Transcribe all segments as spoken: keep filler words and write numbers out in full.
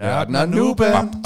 Nørden og Nuben.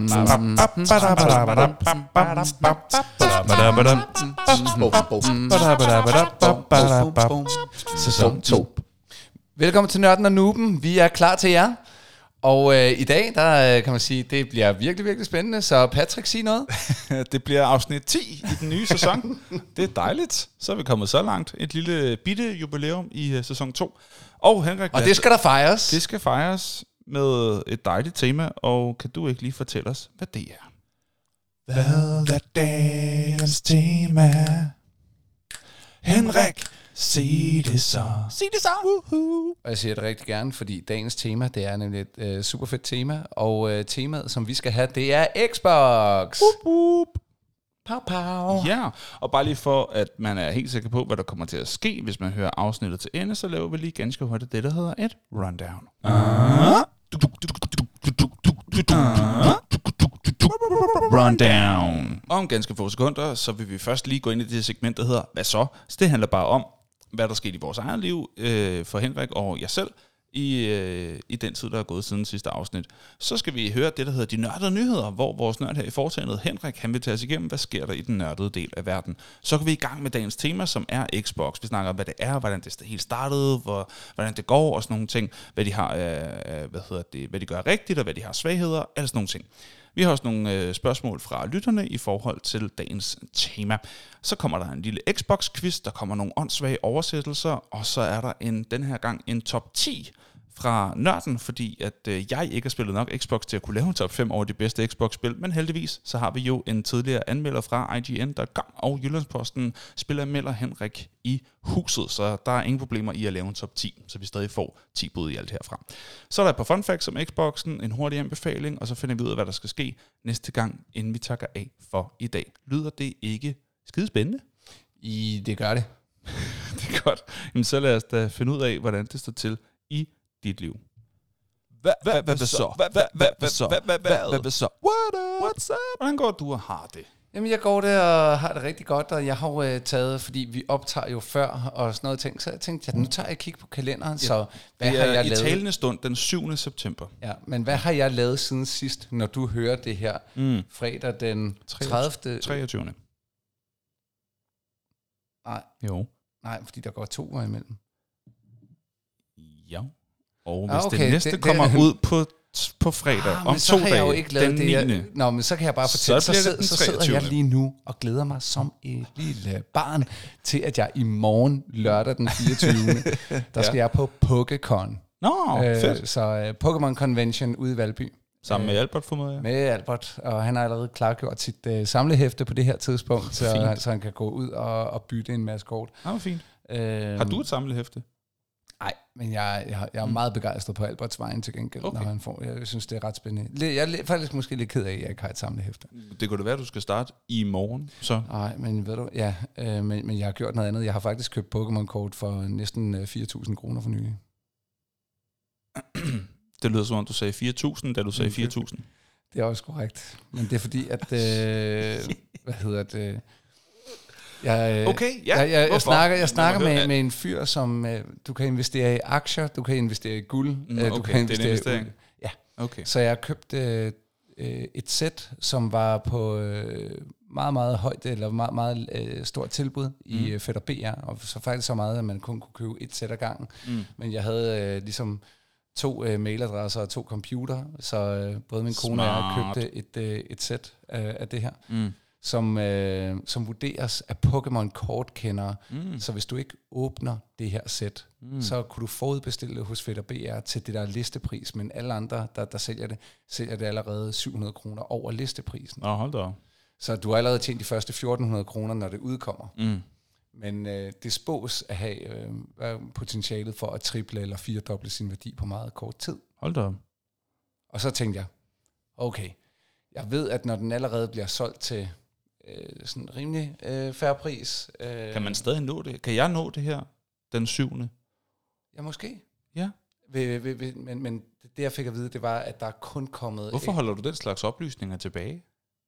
Sæson to. Velkommen til Nørden og Nuben. Vi er klar til jer. Og øh, i dag, der kan man sige, det bliver virkelig, virkelig spændende. Så Patrick, sig noget. Det bliver afsnit ti i den nye sæson. Det er dejligt. Så er vi kommet så langt. Et lille bitte jubilæum i uh, sæson to. Og Henrik, og det skal der fejres. Det skal fejres med et dejligt tema. Og kan du ikke lige fortælle os, hvad det er? Hvad er dagens tema? Henrik, sig det så. Sig det så. Woohoo. Og jeg siger det rigtig gerne, fordi dagens tema, det er nemlig et øh, super fedt tema. Og øh, temaet, som vi skal have, det er Xbox. Woop, woop. Pow, pow. Ja, og bare lige for, at man er helt sikker på, hvad der kommer til at ske, hvis man hører afsnittet til ende, så laver vi lige ganske hurtigt det, der hedder et rundown. Uh-huh. Rundown. Om ganske få sekunder, så vil vi først lige gå ind i det segment, der hedder Hvad så? Så det handler bare om, hvad der skete i vores eget liv øh, for Henrik og jeg selv i, øh, i den tid, der er gået siden sidste afsnit. Så skal vi høre det, der hedder De Nørdede Nyheder, hvor vores nørd her i foretagendet, Henrik, han vil tage os igennem, hvad sker der i den nørdede del af verden. Så går vi i gang med dagens tema, som er Xbox. Vi snakker om, hvad det er, hvordan det helt startede, hvor, hvordan det går og sådan nogle ting, hvad de har, øh, hvad hedder det, hvad de gør rigtigt, og hvad de har svagheder, alle sådan nogle ting. Vi har også nogle øh, spørgsmål fra lytterne i forhold til dagens tema. Så kommer der en lille Xbox-quiz, der kommer nogle åndssvage oversættelser, og så er der en, den her gang en top ti fra nørden, fordi at øh, jeg ikke har spillet nok Xbox til at kunne lave en top fem over de bedste Xbox-spil, men heldigvis så har vi jo en tidligere anmelder fra I G N punktum com og Jyllandsposten, spilanmelder Henrik i huset, så der er ingen problemer i at lave en top ti, så vi stadig får ti bud i alt herfra. Så er der et par fun facts om Xboxen, en hurtig anbefaling, og så finder vi ud af, hvad der skal ske næste gang, inden vi takker af for i dag. Lyder det ikke skide spændende? I, det gør det. Det er godt. Jamen, så lad os da finde ud af, hvordan det står til i dit liv. Hvad hvad så? Hvad hvad så? Hvad hvad så? What's up? Hvordan går du og har det? Jamen, jeg går der og har det rigtig godt, og jeg har jo øh, taget, fordi vi optager jo før og sådan noget ting, så jeg tænkte, ja, nu tager jeg et kig på kalenderen, ja, så hvad har jeg i lavet? I talende stund den syvende september. Ja, men hvad har jeg lavet siden sidst, når du hører det her mm. fredag den tredivte treogtyvende Nej. Jo. Nej, fordi der går to år imellem. Ja. Og hvis ah, okay. det næste det, kommer det, ud på, på fredag ah, om så to har dage, jeg jo ikke lavet den det. niende Jeg, nå, men så kan jeg bare fortælle, så, så, så, så sidder jeg lige nu og glæder mig som et lille barn til, at jeg i morgen, lørdag den fireogtyvende der skal ja. jeg på PokéCon. Nå, øh, fedt. Så uh, Pokémon Convention ude i Valby. Sammen med Albert, formoder jeg? Med Albert, og han har allerede klargjort sit uh, samlehæfte på det her tidspunkt, så, så han kan gå ud og, og bytte en masse kort. Ah, fint. Øh, har du et samlehæfte? Nej, men jeg, jeg, jeg er meget begejstret på Alberts vejen til gengæld, okay. når han får. Jeg synes, det er ret spændende. Jeg er faktisk måske lidt ked af, at jeg ikke har et samlehæfte. Det kunne det være, at du skal starte i morgen, så? Nej, men ved du, ja, øh, men, men jeg har gjort noget andet. Jeg har faktisk købt Pokémon-kort for næsten øh, fire tusind kroner for nylig. Det lyder som om, du sagde fire tusind, da du sagde fire tusind. Det er også korrekt. Men det er fordi, at... Øh, hvad hedder det... Jeg, okay, ja. Jeg, jeg, jeg snakker, jeg snakker med, med en fyr, som uh, du kan investere i aktier, du kan investere i guld, mm, okay, du kan investere det er en investering. i ja. Okay. Så jeg købte uh, et sæt, som var på uh, meget, meget højt, eller meget, meget uh, stort tilbud mm. i uh, Fætter B R, og så faktisk så meget, at man kun kunne købe et sæt ad gangen. Mm. Men jeg havde uh, ligesom to uh, mailadresser og to computer, så uh, både min kone Smart. og jeg købte et, uh, et sæt uh, af det her. Mm. Som, øh, som vurderes af Pokémon-kortkendere. Mm. Så hvis du ikke åbner det her sæt, mm. så kunne du forudbestille det hos Fætter B R til det der listepris, men alle andre, der, der sælger det, sælger det allerede syv hundrede kroner over listeprisen. Nå, hold da. Så du har allerede tjent de første fjorten hundrede kroner, når det udkommer. Mm. Men øh, det spås at have øh, potentialet for at triple eller firedoble sin værdi på meget kort tid. Hold da. Og så tænkte jeg, okay, jeg ved, at når den allerede bliver solgt til sådan rimelig øh, fair pris. Øh, kan man stadig nå det? Kan jeg nå det her den syvende? Ja, måske. Ja. Ved, ved, ved, men, men det jeg fik at vide, det var, at der er kun kommet... Hvorfor holder du den slags oplysninger tilbage?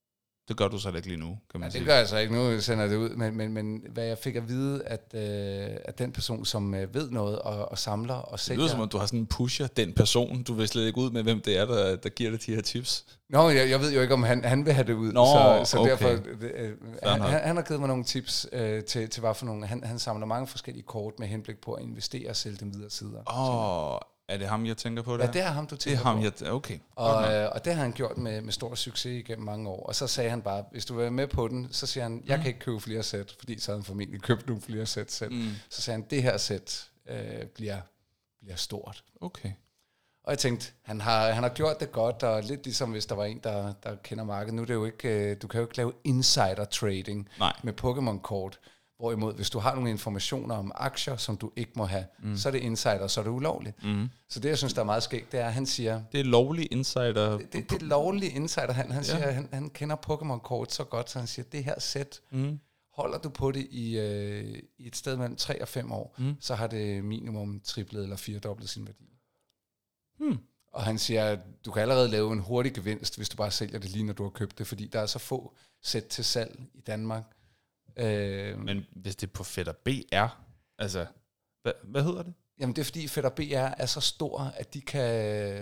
Det gør du så ikke lige nu, kan man ja, sige. det gør jeg så ikke nu, sender det ud. Men, men, men hvad jeg fik at vide, at, øh, at den person, som øh, ved noget og, og samler og Det sælger... lyder som om, du har sådan en pusher, den person. Du vil slet ikke ud med, hvem det er, der, der giver dig de her tips. Nå, jeg, jeg ved jo ikke, om han, han vil have det ud. Nå, så så okay. derfor... Øh, han, han, han har givet mig nogle tips øh, til, til hvad for nogle... Han, han samler mange forskellige kort med henblik på at investere og sælge dem videre sider. Åh, oh, er det ham, jeg tænker på der? Ja, det er ham, du Det er tænker ham, på. jeg... Okay. Og, øh, og det har han gjort med, med stor succes igennem mange år. Og så sagde han bare, hvis du vil være med på den, så siger han, jeg mm. kan ikke købe flere sæt, fordi så havde han formentlig købt nogle flere sæt selv. Mm. Så sagde han, det her sæt øh, bliver, bliver stort. Okay. Og jeg tænkte, han har, han har gjort det godt, og lidt ligesom hvis der var en, der, der kender markedet. Nu er det jo ikke, øh, du kan jo ikke lave insider trading Nej. med Pokémon-kort. Hvorimod, hvis du har nogle informationer om aktier, som du ikke må have, mm. så er det insider, så er det ulovligt. Mm. Så det, jeg synes, der er meget skægt, det er, at han siger... Det er lovlig insider. Det, det, det er lovlig insider. Han, han, siger, ja. han, han kender Pokémon-kort så godt, så han siger, det her sæt, mm. holder du på det i, øh, i et sted mellem tre og fem år, mm. så har det minimum triplet eller firedoblet sin værdi. Hmm. Og han siger, at du kan allerede lave en hurtig gevinst, hvis du bare sælger det lige, når du har købt det, fordi der er så få sæt til salg i Danmark. Øh, Men hvis det er på Fætter B R, altså, hvad, hvad hedder det? Jamen det er fordi Fætter B R er så stor, at de kan...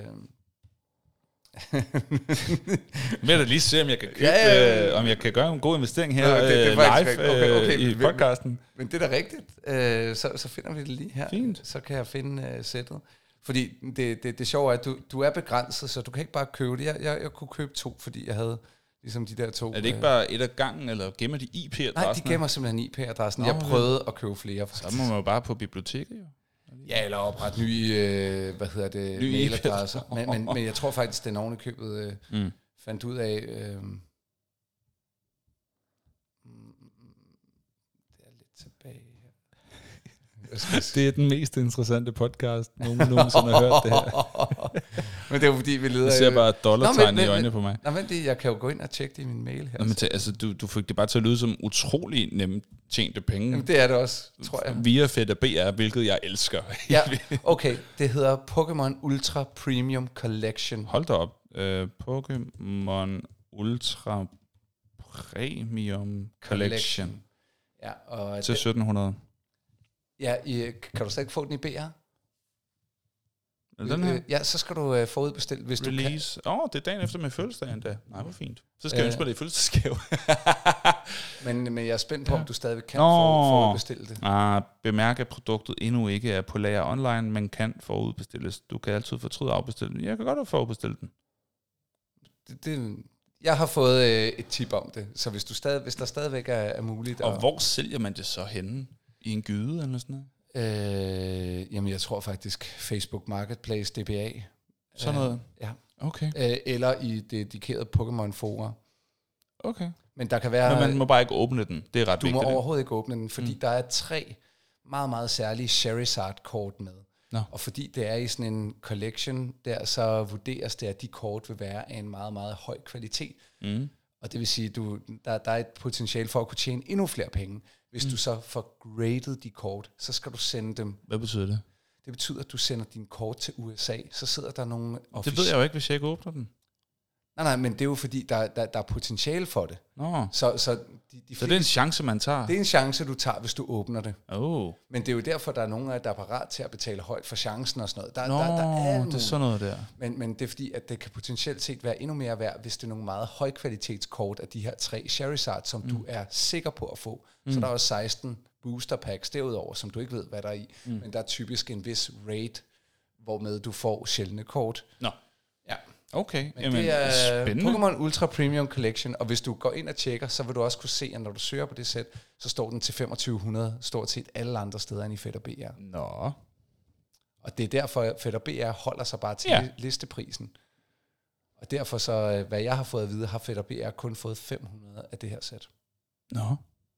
Men jeg da lige se, om jeg kan købe, ja, ja, ja. Øh, om jeg kan gøre en god investering her ja, det, det øh, live okay, okay. Øh, i podcasten. Men det er da rigtigt. Øh, så, så finder vi det lige her. Fint. Så kan jeg finde øh, sættet. Fordi det, det, det sjove er, at du, du er begrænset, så du kan ikke bare købe det. Jeg, jeg, jeg kunne købe to, fordi jeg havde ligesom de der to. Er det ikke bare et af gangen, eller gemmer de I P-adressen? Nej, de gemmer simpelthen I P-adressen. Jeg prøvede at købe flere. Så må man jo bare på biblioteket, jo. Ja, eller oprette nye, øh, hvad hedder det, nye mailadresser. men, men, men jeg tror faktisk, den oven i købet øh, mm. fandt ud af... Øh, det er lidt tilbage her. Det er den mest interessante podcast, nogen nogensinde har hørt det her. Men det er jo fordi, vi leder... Jeg ser bare dollartegn i øjnene på mig. Nej, men det, jeg kan jo gå ind og tjekke det i min mail her. Nå, men til, altså, du, du fik det bare til at lyde som utrolig nemt tjente penge. Jamen, det er det også, tror jeg. Via Fætter B R, hvilket jeg elsker. Ja, okay. Det hedder Pokémon Ultra Premium Collection. Hold da op. Uh, Pokémon Ultra Premium Collection. Collection. Ja, og til sytten hundrede. Ja, i, kan du slet ikke få den i B R? Den her? Ja, så skal du uh, forudbestille, hvis Release. Åh, oh, det er dagen efter med fødselsdagen da. Nej, hvor fint. Så skal øh. jeg ønske mig det i fødselsdagsgave. men, men jeg er spændt på, ja. om du stadig kan forudbestille det. Ah, bemærk, at produktet endnu ikke er på lager online, men kan forudbestilles. Du kan altid fortryde afbestille den. Jeg kan godt have forudbestille den. Det, det, jeg har fået øh, et tip om det, så hvis, du stadig, hvis der stadigvæk er, er muligt... Og, og hvor sælger man det så henne? I en gyde eller sådan noget? Øh, jamen, jeg tror faktisk Facebook Marketplace, D B A. Sådan noget? Øh, ja. Okay. Øh, eller i det dedikerede Pokémon-forer. Okay. Men der kan være... Men man må bare ikke åbne den. Det er ret du vigtigt. Du må overhovedet ikke åbne den, fordi mm. der er tre meget, meget særlige Charizard-kort med. Nå. Og fordi det er i sådan en collection, der så vurderes det, at de kort vil være af en meget, meget høj kvalitet. Mm. Og det vil sige, du der, der er et potentiale for at kunne tjene endnu flere penge. Hvis mm. du så får graded de kort, så skal du sende dem... Hvad betyder det? Det betyder, at du sender din kort til U S A, så sidder der nogle... Det ved jeg jo ikke, hvis jeg ikke åbner den. Nej, nej, men det er jo fordi, der, der, der er potentiale for det. Nå. Så, så, de, de så det er en chance, man tager? Det er en chance, du tager, hvis du åbner det. Oh. Men det er jo derfor, der er nogen af jer, der er parat til at betale højt for chancen og sådan noget. Der, Nå, der, der er det er sådan noget der. Men, men det er fordi, at det kan potentielt set være endnu mere værd, hvis det er nogle meget højkvalitetskort af de her tre Charizard, som mm. du er sikker på at få. Mm. Så der er også seksten booster packs derudover, som du ikke ved, hvad der er i. Mm. Men der er typisk en vis rate, hvormed du får sjældne kort. Nå. Ja. Okay, men jamen, det er spændende. Pokémon Ultra Premium Collection, og hvis du går ind og tjekker, så vil du også kunne se, at når du søger på det sæt, så står den til femogtyve hundrede, stort set alle andre steder end i Fætter B R. Nå. Og det er derfor, at Fætter B R holder sig bare til ja. listeprisen. Og derfor så, hvad jeg har fået at vide, har Fætter B R kun fået fem hundrede af det her sæt. Nå.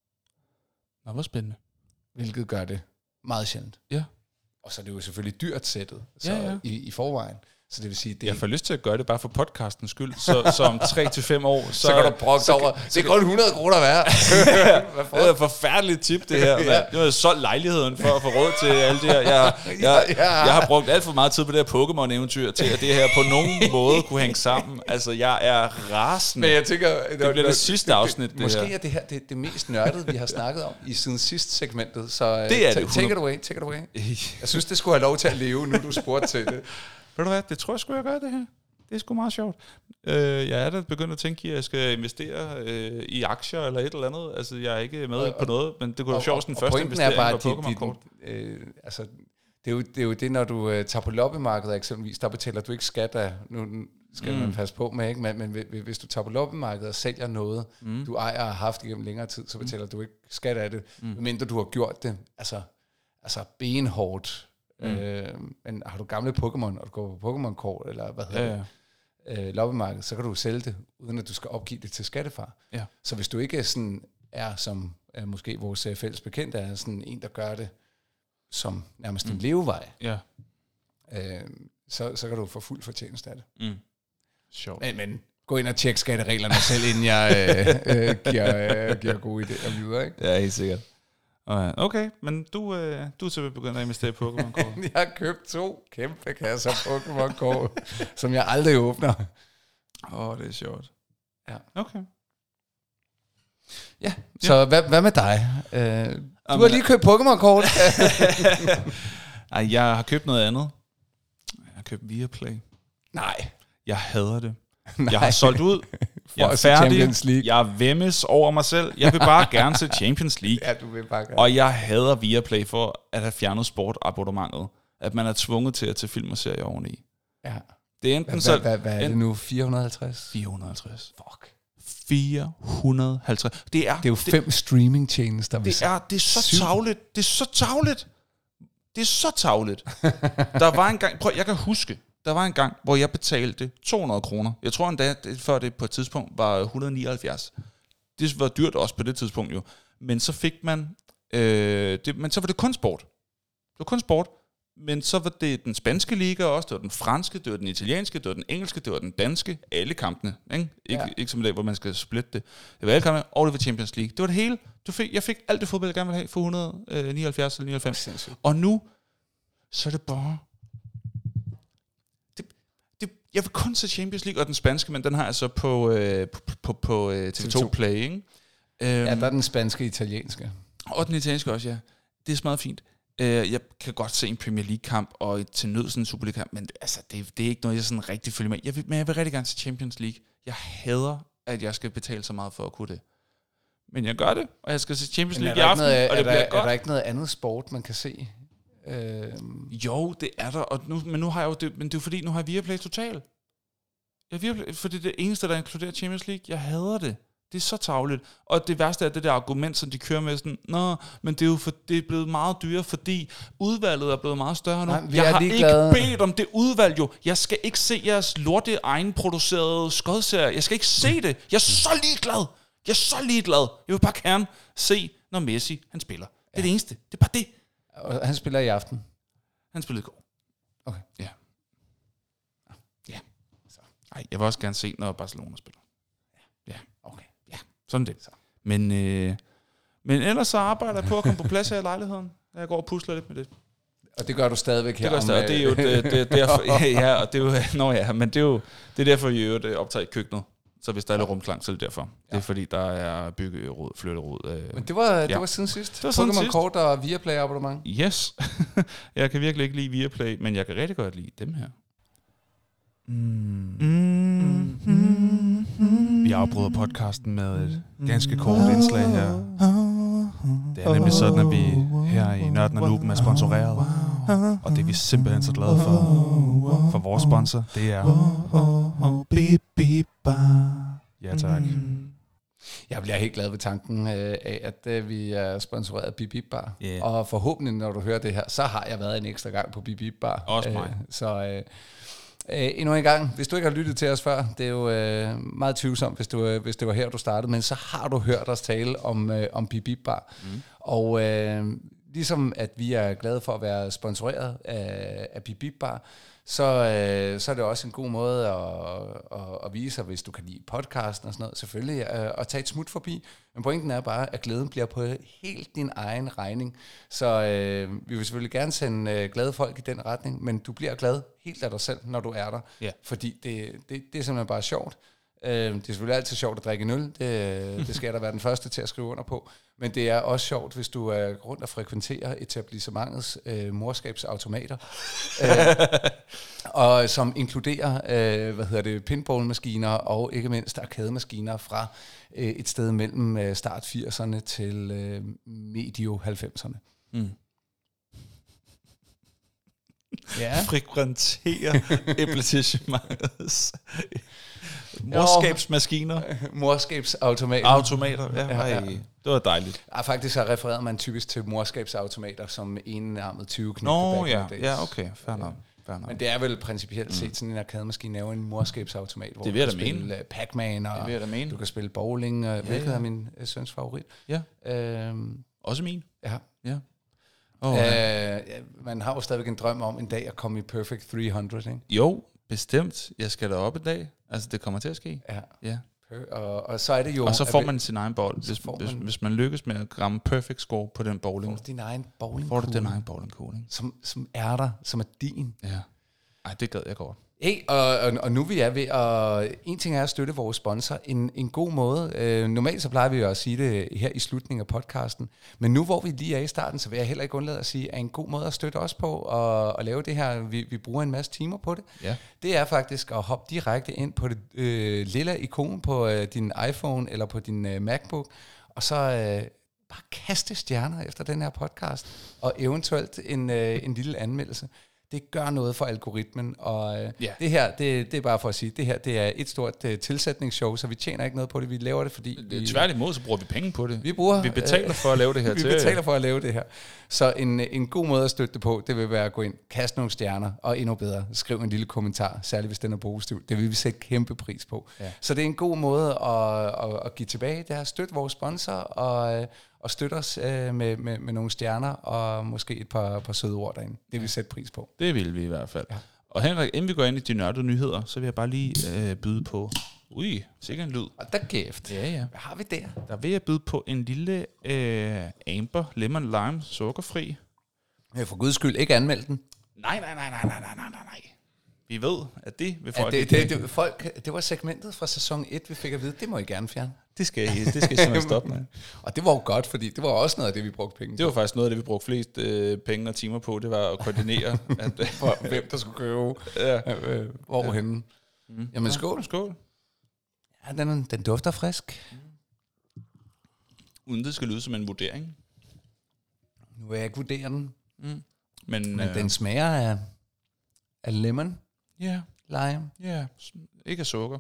Nå, hvor spændende. Hvilket gør det meget sjældent. Ja. Og så er det jo selvfølgelig dyrt sættet så ja, ja. I, i forvejen. Så det vil sige, det Jeg får lyst til at gøre det bare for podcastens skyld, så, så om tre til fem år... Så, så kan du brokke over, det er kun hundrede kroner værd. Det er et forfærdeligt tip, det her. Ja. Nu har jeg solgt lejligheden for at få råd til alle det her. Jeg, jeg, jeg har brugt alt for meget tid på det her Pokémon-eventyr, til at det her på nogen måde kunne hænge sammen. Altså, jeg er rasende. Men jeg tænker... Det bliver det, det sidste afsnit, det Måske her. er det her det, det mest nørdede, vi har snakket om i siden sidste segmentet. Så det er det. Take it away, take it away. Jeg synes, det skulle have lov til at leve, nu du spurgte til det. Ved du hvad, det tror jeg sgu, jeg gør det her. Det er sgu meget sjovt. Øh, jeg er da begyndt at tænke, at jeg skal investere øh, i aktier eller et eller andet. Altså, jeg er ikke med og, på noget, men det kunne være sjovt, den første investering var Pokémon-kort. Øh, altså, det er, jo, det er jo det, når du øh, tager på loppemarkedet eksempelvis, der betaler du ikke skat af, nu skal mm. man passe på med, ikke? Men, men hvis du tager på loppemarkedet og sælger noget, mm. du ejer og har haft igennem længere tid, så betaler mm. du ikke skat af det, mm. medmindre du har gjort det. Altså, altså benhårdt. Mm. Øh, men har du gamle Pokémon, og du går på Pokémon-kort, eller hvad hedder ja, ja. det, øh, loppemarked, så kan du sælge det, uden at du skal opgive det til skattefar. Ja. Så hvis du ikke sådan er, som øh, måske vores øh, fælles bekendte er, sådan en, der gør det som nærmest mm. en levevej, ja. øh, så, så kan du få fuld fortjeneste af det. Mm. Sjovt. Men, men gå ind og tjek skattereglerne selv, inden jeg øh, øh, giver, øh, giver gode idéer videre, ikke? Ja, helt sikkert. Okay, men du, øh, du er simpelthen begyndt at investere i Pokémon-kort. Jeg har købt to kæmpe kasser Pokémon-kort, som jeg aldrig åbner. Åh, oh, det er sjovt. Ja. Okay. Ja, så ja. Hvad, hvad med dig? Uh, du um, har lige købt Pokémon-kort. Nej, jeg har købt noget andet. Jeg har købt Viaplay. Nej. Jeg hader det. Nej. Jeg har solgt ud. Jeg er færdig. Jeg er vemmes over mig selv. Jeg vil bare gerne se Champions League. Ja, du vil bare gerne. Og jeg hader Viaplay for at have fjernet sportabonnementet. At man er tvunget til at tage film og serier oveni. Ja. Det er enten hvad, så... Hvad, hvad er det nu? fire hundrede og halvtreds? fire hundrede og halvtreds. Fuck. fire hundrede og halvtreds. Det er, det er jo fem det, streaming-tjenester. Det er, det er så tavligt. Det er så tavligt. Det er så tavligt. Der var en gang... Prøv, jeg kan huske... Der var en gang, hvor jeg betalte to hundrede kroner. Jeg tror endda, før det på et tidspunkt var et hundrede og nioghalvfjerds. Det var dyrt også på det tidspunkt jo. Men så fik man... Øh, det, men så var det kun sport. Det var kun sport. Men så var det den spanske liga også, det var den franske, det var den italienske, det var den engelske, det var den danske. Alle kampene. Ikke, ikke, ja. ikke som det, hvor man skal splitte det. Det var alle kampene, og det var Champions League. Det var det hele. Du fik, jeg fik alt det fodbold, jeg gerne ville have for et hundrede og nioghalvfjerds eller nioghalvfems. Og nu, så er det bare... Jeg vil kun se Champions League og den spanske, men den har jeg så på, øh, på, på, på øh, T V to Play, ikke? Um, ja, der er den spanske italienske. Og den italienske også, ja. Det er meget fint. Uh, jeg kan godt se en Premier League-kamp og til nød sådan en Super League-kamp, men altså, det, det er ikke noget, jeg sådan rigtig følger med. Jeg vil, men jeg vil rigtig gerne se Champions League. Jeg hader, at jeg skal betale så meget for at kunne det. Men jeg gør det, og jeg skal se Champions League i aften, noget, og det er bliver der, godt. Er der ikke noget andet sport, man kan se? Uh, jo, det er der, og nu, men nu har jeg jo det, men det er jo fordi, nu har jeg Viaplay Total. Jeg Viaplay, for det er det eneste, der inkluderer Champions League. Jeg hader det. Det er så tarveligt. Og det værste er det der argument, som de kører med sådan, nå, men det er jo for, det er blevet meget dyrere, fordi udvalget er blevet meget større nu. Nej, jeg har ikke glade. bedt om det udvalg jo. Jeg skal ikke se jeres lorte egenproducerede skodserie. Jeg skal ikke se det. Jeg er så ligeglad. Jeg er så ligeglad. Jeg vil bare gerne se, når Messi, han spiller. Det er ja. det eneste. Det er bare det. Og han spiller i aften? Han spillede i går. Okay. Ja. Ja. Så. Ej, jeg vil også gerne se, når Barcelona spiller. Ja. Okay. Ja, sådan det. Så. Men, øh, men ellers så arbejder jeg på at komme på plads her i lejligheden. Jeg går og pusler lidt med det. Og det gør du stadigvæk her? Det gør stadig, og det er jo det, det, derfor, ja, og det er jo, nå ja, men det er jo det er derfor, vi jo det optager i køkkenet. Så hvis der er lidt rumklang, så er det derfor. Ja. Det er fordi, der er byggerod, flytterod. Øh. Men det var, ja. det var siden sidst. Det var siden sidst. Pokémon-kort og Viaplay abonnement. Yes. Jeg kan virkelig ikke lide Viaplay, men jeg kan rigtig godt lide dem her. Mm. Mm. Mm. Mm. Vi afbryder podcasten med et ganske kort indslag her. Det er nemlig sådan, at vi her i Nørden og Nuben er sponsoreret. Og det er vi simpelthen så glade for. For vores sponsor, det er Bip Bip Bar. Ja, tak. Jeg bliver helt glad ved tanken af, at øh, vi er sponsoreret af Bip Bip Bar. Yeah. Og forhåbentlig, når du hører det her, så har jeg været en ekstra gang på Bip Bip Bar. Også mig. Øh, så øh, øh, endnu en gang, hvis du ikke har lyttet til os før, det er jo øh, meget tvivlsomt, hvis, du, øh, hvis det var her, du startede, men så har du hørt os tale om, øh, om Bip Bip Bar. Mm. Og øh, ligesom at vi er glade for at være sponsoreret af, af Bip Bip Bar, så, øh, så er det også en god måde at, at, at vise sig, hvis du kan lide podcasten og sådan noget, selvfølgelig, øh, at tage et smut forbi. Men pointen er bare, at glæden bliver på helt din egen regning. Så øh, vi vil selvfølgelig gerne sende øh, glade folk i den retning, men du bliver glad helt af dig selv, når du er der. Ja. Fordi det, det, det er simpelthen bare sjovt. Øh, det er selvfølgelig altid sjovt at drikke en øl, det, det skal jeg da være den første til at skrive under på. Men det er også sjovt, hvis du er rundt og frekventerer etablissementets øh, morskabsautomater, øh, og som inkluderer øh, hvad hedder det, pinballmaskiner og ikke mindst arkademaskiner fra øh, et sted mellem øh, start firserne til øh, medio halvfemserne. Mm. Ja. Frekventere etablissementets morskabsmaskiner. Morskabsautomater. Automater, ja. Ja, ja. Det var dejligt. Ja, faktisk så refererede man typisk til morskabsautomater som enarmet tyve knægte. Nå, ja. Ja, okay. Fair nok. Fair nok. Men det er vel principielt set, sådan en arkademaskine er jo en morskabsautomat, hvor det du vil kan jeg da spille mene. Pac-Man, og Det vil jeg da mene. du kan spille bowling, og hvilket ja. er min øh, søns favorit. Ja. Øhm, Også min. ja. Ja. Oh, Øh, ja. ja, man har jo stadigvæk en drøm om en dag at komme i Perfect tre hundrede, ikke? Jo, bestemt. Jeg skal derop en dag. Altså, det kommer til at ske. Ja. Ja. Og, og så er det jo... Og så får at- man sin egen bold. Hvis, får hvis, man- hvis man lykkes med at ramme perfect score på den bowling, får du din egen bowling, får du din egen bowlingkugle. Ikke? som, som er der, som er din. Ja. Ej, det gad jeg godt. Hey, og, og, og nu vi er ved at... En ting er at støtte vores sponsor. En, en god måde. Øh, normalt så plejer vi jo at sige det her i slutningen af podcasten. Men nu hvor vi lige er i starten, så vil jeg heller ikke undlade at sige, at en god måde at støtte os på og, og lave det her, vi, vi bruger en masse timer på det. Ja. Det er faktisk at hoppe direkte ind på det øh, lille ikon på øh, din iPhone eller på din øh, MacBook. Og så... Øh, bare kaste stjerner efter den her podcast. Og eventuelt en, øh, en lille anmeldelse. Det gør noget for algoritmen, og øh, Ja. det her, det, det er bare for at sige, det her det er et stort uh, tilsætningsshow, så vi tjener ikke noget på det, vi laver det, fordi vi, Tværtimod, så bruger vi penge på det. vi, bruger, Vi betaler for at lave det her vi til. betaler for at lave det her. Så en, en god måde at støtte det på, det vil være at gå ind, kaste nogle stjerner, og endnu bedre, skriv en lille kommentar, særligt hvis den er positiv. Det vil vi sætte kæmpe pris på. Ja. Så det er en god måde at, at, at give tilbage, det er at støtte vores sponsor, og, og støtte os øh, med, med, med nogle stjerner, og måske et par, par søde ord derinde. Det vil vi sætte pris på. Det vil vi i hvert fald. Ja. Og Henrik, inden vi går ind i de nørdede nyheder, så vil jeg bare lige øh, byde på... Ui, sikkert en lyd. Og der kæft. Ja, ja. Hvad har vi der? Der vil jeg byde på en lille øh, Amber Lemon Lime sukkerfri. Jeg for guds skyld ikke anmelde den. Nej, nej, nej, nej, nej, nej, nej, nej. Vi ved, at det vil folk Ja, det, ikke. det, det, folk, det var segmentet fra sæson et, vi fik at vide, det må I gerne fjerne. det skal I, det skal I simpelthen stoppe med. Og det var jo godt, fordi det var også noget af det, vi brugte penge Det var faktisk noget af det, vi brugte flest øh, penge og timer på. Det var at koordinere, at, for, hvem der skulle købe, ja. øh, hvorhenne. Mm. Jamen skål. Skål. Ja, den, den dufter frisk. Uden det skal lyde som en vurdering. Nu vil jeg ikke vurdere den, Mm. Men, men øh, den smager af, af lemon, ja, lime. ja, ikke af sukker.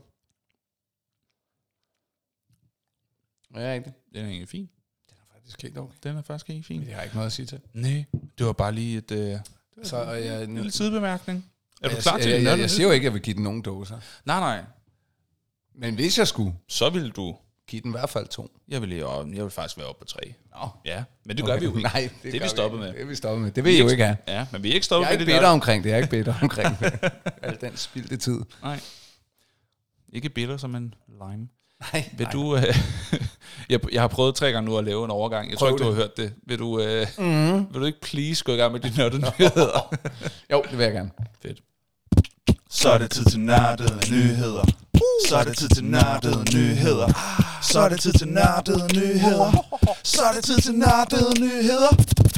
Ja, ikke det. Den er egentlig fin. Den er faktisk helt okay. Den er faktisk ikke fin. Men jeg har ikke noget at sige til. Nej, det var bare lige et øh, Så og jeg, en lille sidebemærkning. Er du jeg, klar til jeg, det? jeg, jeg siger jo ikke, at jeg vil give den nogen dåser. Nej, nej. Men hvis jeg skulle, Så vil du... give den i hvert fald to. Jeg vil, lige op, jeg vil faktisk være oppe på tre. Nå. Ja, men det gør vi jo ikke. Nej, det, det er gør vi stoppet ikke. med. Det er vi stoppet med. Det vil I jo ikke have. Ja, men vi er ikke stoppet Jeg er med ikke det bitter der. omkring det. Jeg er ikke bitter omkring det. Al den spildte tid. Nej. Ikke bitter som en lime. Nej, Vil nej. du... Øh, jeg, jeg har prøvet tre gange nu at lave en overgang. Jeg tror Prøv ikke, du det. har hørt det. Vil du, øh, Mm-hmm. vil du ikke please gå i gang med de nørdede nyheder? Jo, det vil jeg gerne. Fedt. Så er det tid til nørdede nyheder. Så er det tid til nørdede nyheder. Så er det tid til nørdede nyheder. Så er det tid til nørdede nyheder.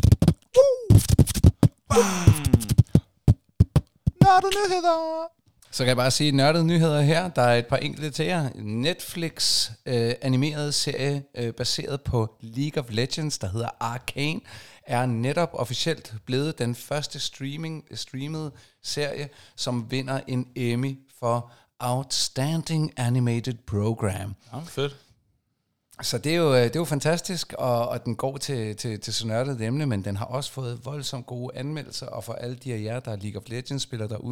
Nørdede nyheder. Så kan jeg bare sige nørdede nyheder her. Der er et par enkelte til jer. Netflix øh, animerede serie øh, baseret på League of Legends, der hedder Arcane, er netop officielt blevet den første streaming streamede serie, som vinder en Emmy for Outstanding Animated Program. Ja, fedt. Så det er jo, det er jo fantastisk, og, og den går til, til, til så nørdet et emne, men den har også fået voldsomt gode anmeldelser, og for alle de af jer, der er League of Legends-spillere derude,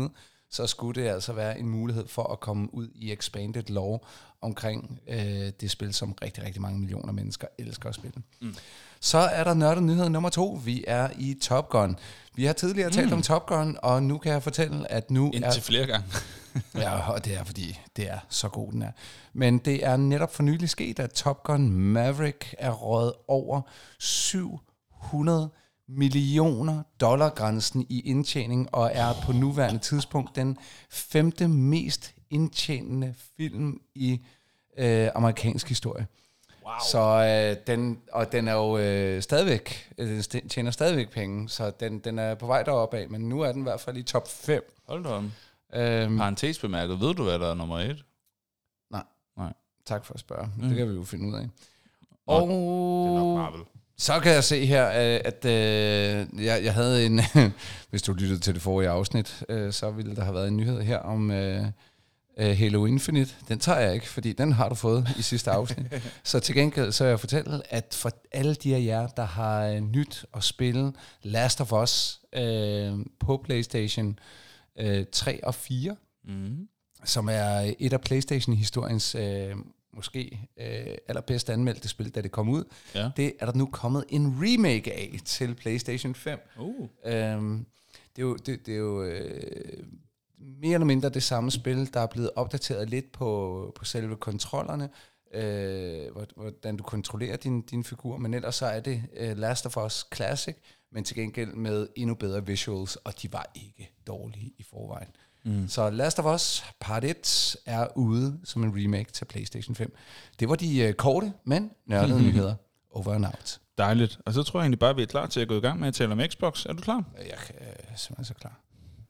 så skulle det altså være en mulighed for at komme ud i expanded lore omkring øh, det spil, som rigtig, rigtig mange millioner mennesker elsker at spille. Mm. Så er der nørdet nyhed nummer to. Vi er i Top Gun. Vi har tidligere mm. talt om Top Gun, og nu kan jeg fortælle, at nu Indtil er... til flere gange. Ja, og det er, fordi det er så god, den er. Men det er netop for nylig sket, at Top Gun Maverick er røget over syv hundrede millioner dollar grænsen i indtjening, og er på nuværende tidspunkt den femte mest indtjenende film i øh, amerikansk historie. Wow. Så øh, den, og den er jo øh, stadigvæk, øh, tjener stadigvæk penge, så den, den er på vej deroppe af, men nu er den i hvert fald i top fem. Hold da om. Øhm, Parentes bemærket, ved du, hvad der er nummer et? Nej. Nej. Tak for at spørge. Mm. Det kan vi jo finde ud af. Og Og det er nok Marvel. så kan jeg se her, at øh, jeg, jeg havde en... hvis du lyttede til det forrige afsnit, øh, så ville der have været en nyhed her om øh, øh, Halo Infinite. Den tager jeg ikke, fordi den har du fået i sidste afsnit. Så til gengæld så vil jeg fortælle, at for alle de af jer, der har øh, nyt at spille Last of Us øh, på PlayStation øh, tre og fire, Mm. som er et af PlayStation-historiens øh, måske øh, allerbedst anmeldte spil, da det kom ud. Ja. Det er der nu kommet en remake af til PlayStation fem. Uh. Øhm, det er jo, det, det er jo øh, mere eller mindre det samme spil, der er blevet opdateret lidt på, på selve kontrollerne, øh, hvordan du kontrollerer din, din figur, men ellers så er det øh, Last of Us Classic, men til gengæld med endnu bedre visuals, og de var ikke dårlige i forvejen. Mm. Så Last of Us Part et er ude som en remake til PlayStation fem. Det var de uh, korte, men nørdede mm-hmm. nyheder. Over and out. Dejligt. Og så tror jeg egentlig bare, at vi er klar til at gå i gang med at tale om Xbox. Er du klar? Jeg er simpelthen så klar.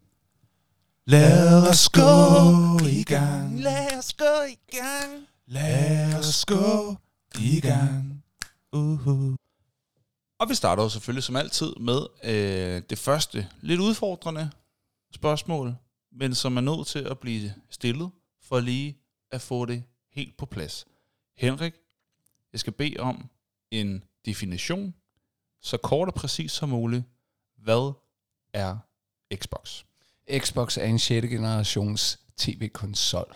Lad os gå i gang. Lad os gå i gang. Lad os gå i gang. Uh-huh. Og vi starter jo selvfølgelig som altid med øh, det første lidt udfordrende spørgsmål, men som er nødt til at blive stillet for lige at få det helt på plads. Henrik, jeg skal bede om en definition, så kort og præcis som muligt. Hvad er Xbox? Xbox er en sjette generations tv-konsol.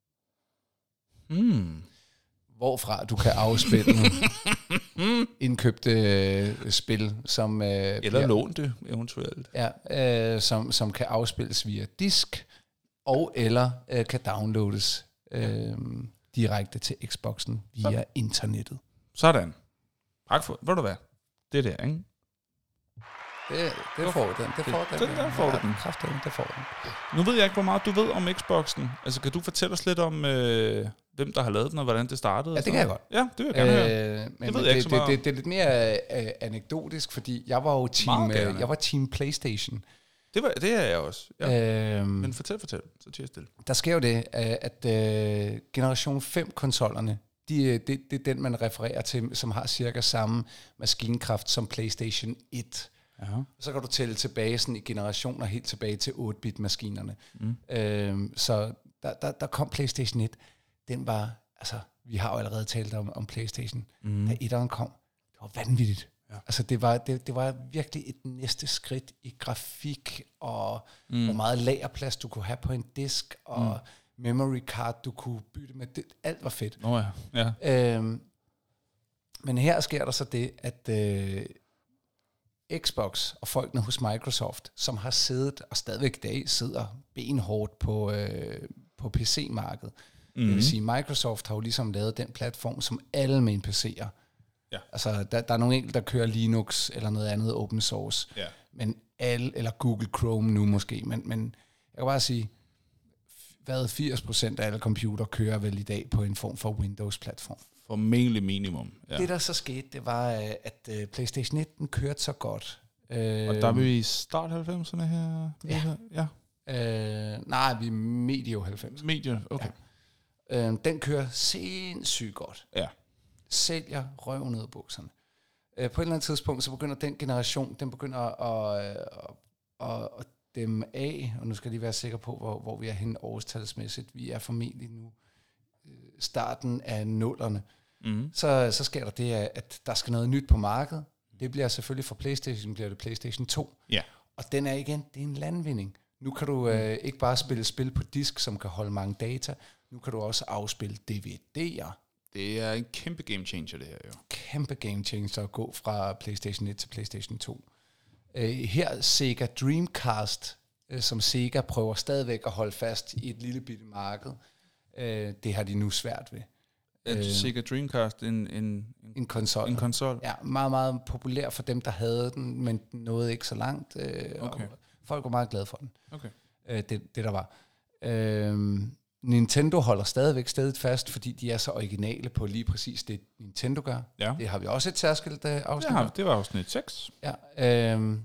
Hmm. Hvorfra du kan afspille indkøbte øh, spil, som... Øh, Eller lånte eventuelt. Ja, øh, som, som kan afspilles via disk, og eller øh, kan downloades øh, direkte til Xboxen via så. internettet. Sådan. Tak for, ved du hvad? Det er det, ikke? Det, det får den. Det får den. Den der får du den. Kraftedeme, det får den. Nu ved jeg ikke, hvor meget du ved om Xboxen. Altså, kan du fortælle os lidt om, øh, hvem der har lavet den, og hvordan det startede? Ja, det kan jeg godt. Ja, det vil jeg gerne øh, høre. Men, det ved men jeg det, ikke så meget det, det, det er lidt mere øh, anekdotisk, fordi jeg var jo team, øh, jeg var team PlayStation. Det, var, det er jeg også. Ja. Øhm, men fortæl, fortæl. Så tiger stille. Der sker jo det, at øh, generation fem-konsollerne, de, det, det er den, man refererer til, som har cirka samme maskinkraft som PlayStation et. Aha. Så kan du tælle tilbage sådan i generationer, helt tilbage til otte-bit-maskinerne. Mm. Øhm, så der, der, der kom PlayStation et. Den var, altså, vi har jo allerede talt om, om PlayStation. Mm. Da etteren kom, det var vanvittigt. Ja. Altså, det var, det, det var virkelig et næste skridt i grafik, og mm. hvor meget lagerplads du kunne have på en disk, og mm. memory card, du kunne bytte med. Det, alt var fedt. Oh ja. Ja. Øhm, men her sker der så det, at... Øh, Xbox og folkene hos Microsoft, som har siddet, og stadigvæk i dag sidder benhårdt på, øh, på P C-markedet. Mm-hmm. Det vil sige, Microsoft har jo ligesom lavet den platform, som alle med en P C'er. Ja. Altså, der, der er nogle enkelte, der kører Linux eller noget andet open source. Ja. Men alle, eller Google Chrome nu måske, men, men jeg kan bare sige, hvad firs procent af alle computer kører vel i dag på en form for Windows-platform. Formentlig minimum. Ja. Det, der så skete, det var, at uh, PlayStation et, den kørte så godt. Og der er vi i start halvfemserne her? Ja. ja. Uh, nej, vi er medio halvfemserne. Medio, okay. Ja. Uh, den kører sindssygt godt. Ja. Sælger røv ned af bukserne. Uh, på et eller andet tidspunkt, så begynder den generation, den begynder at, at, at, at dæmme af, og nu skal jeg lige være sikker på, hvor, hvor vi er henne årstalsmæssigt. Vi er formentlig nu starten af nullerne. Mm. Så, så sker der det, at der skal noget nyt på markedet. Det bliver selvfølgelig for PlayStation, bliver det PlayStation to. Ja. Og den er igen, det er en landvinding. Nu kan du øh, ikke bare spille spil på disk, som kan holde mange data. Nu kan du også afspille D V D'er. Det er en kæmpe game changer, det her jo. Kæmpe game changer at gå fra PlayStation et til PlayStation to. Uh, her Sega Dreamcast, uh, som Sega prøver stadigvæk at holde fast i et lille bitte marked. Uh, det har de nu svært ved. Er uh, Sega Dreamcast en, en, en, en konsol? En konsol? Ja, meget, meget populær for dem, der havde den, men den nåede ikke så langt. Uh, okay. Folk var meget glade for den. Okay. Uh, det, det der var. Uh, Nintendo holder stadigvæk stedet fast, fordi de er så originale på lige præcis det, Nintendo gør. Ja. Det har vi også et særskilt uh, afsnit. Det, har, det var afsnit seks. Ja, øhm,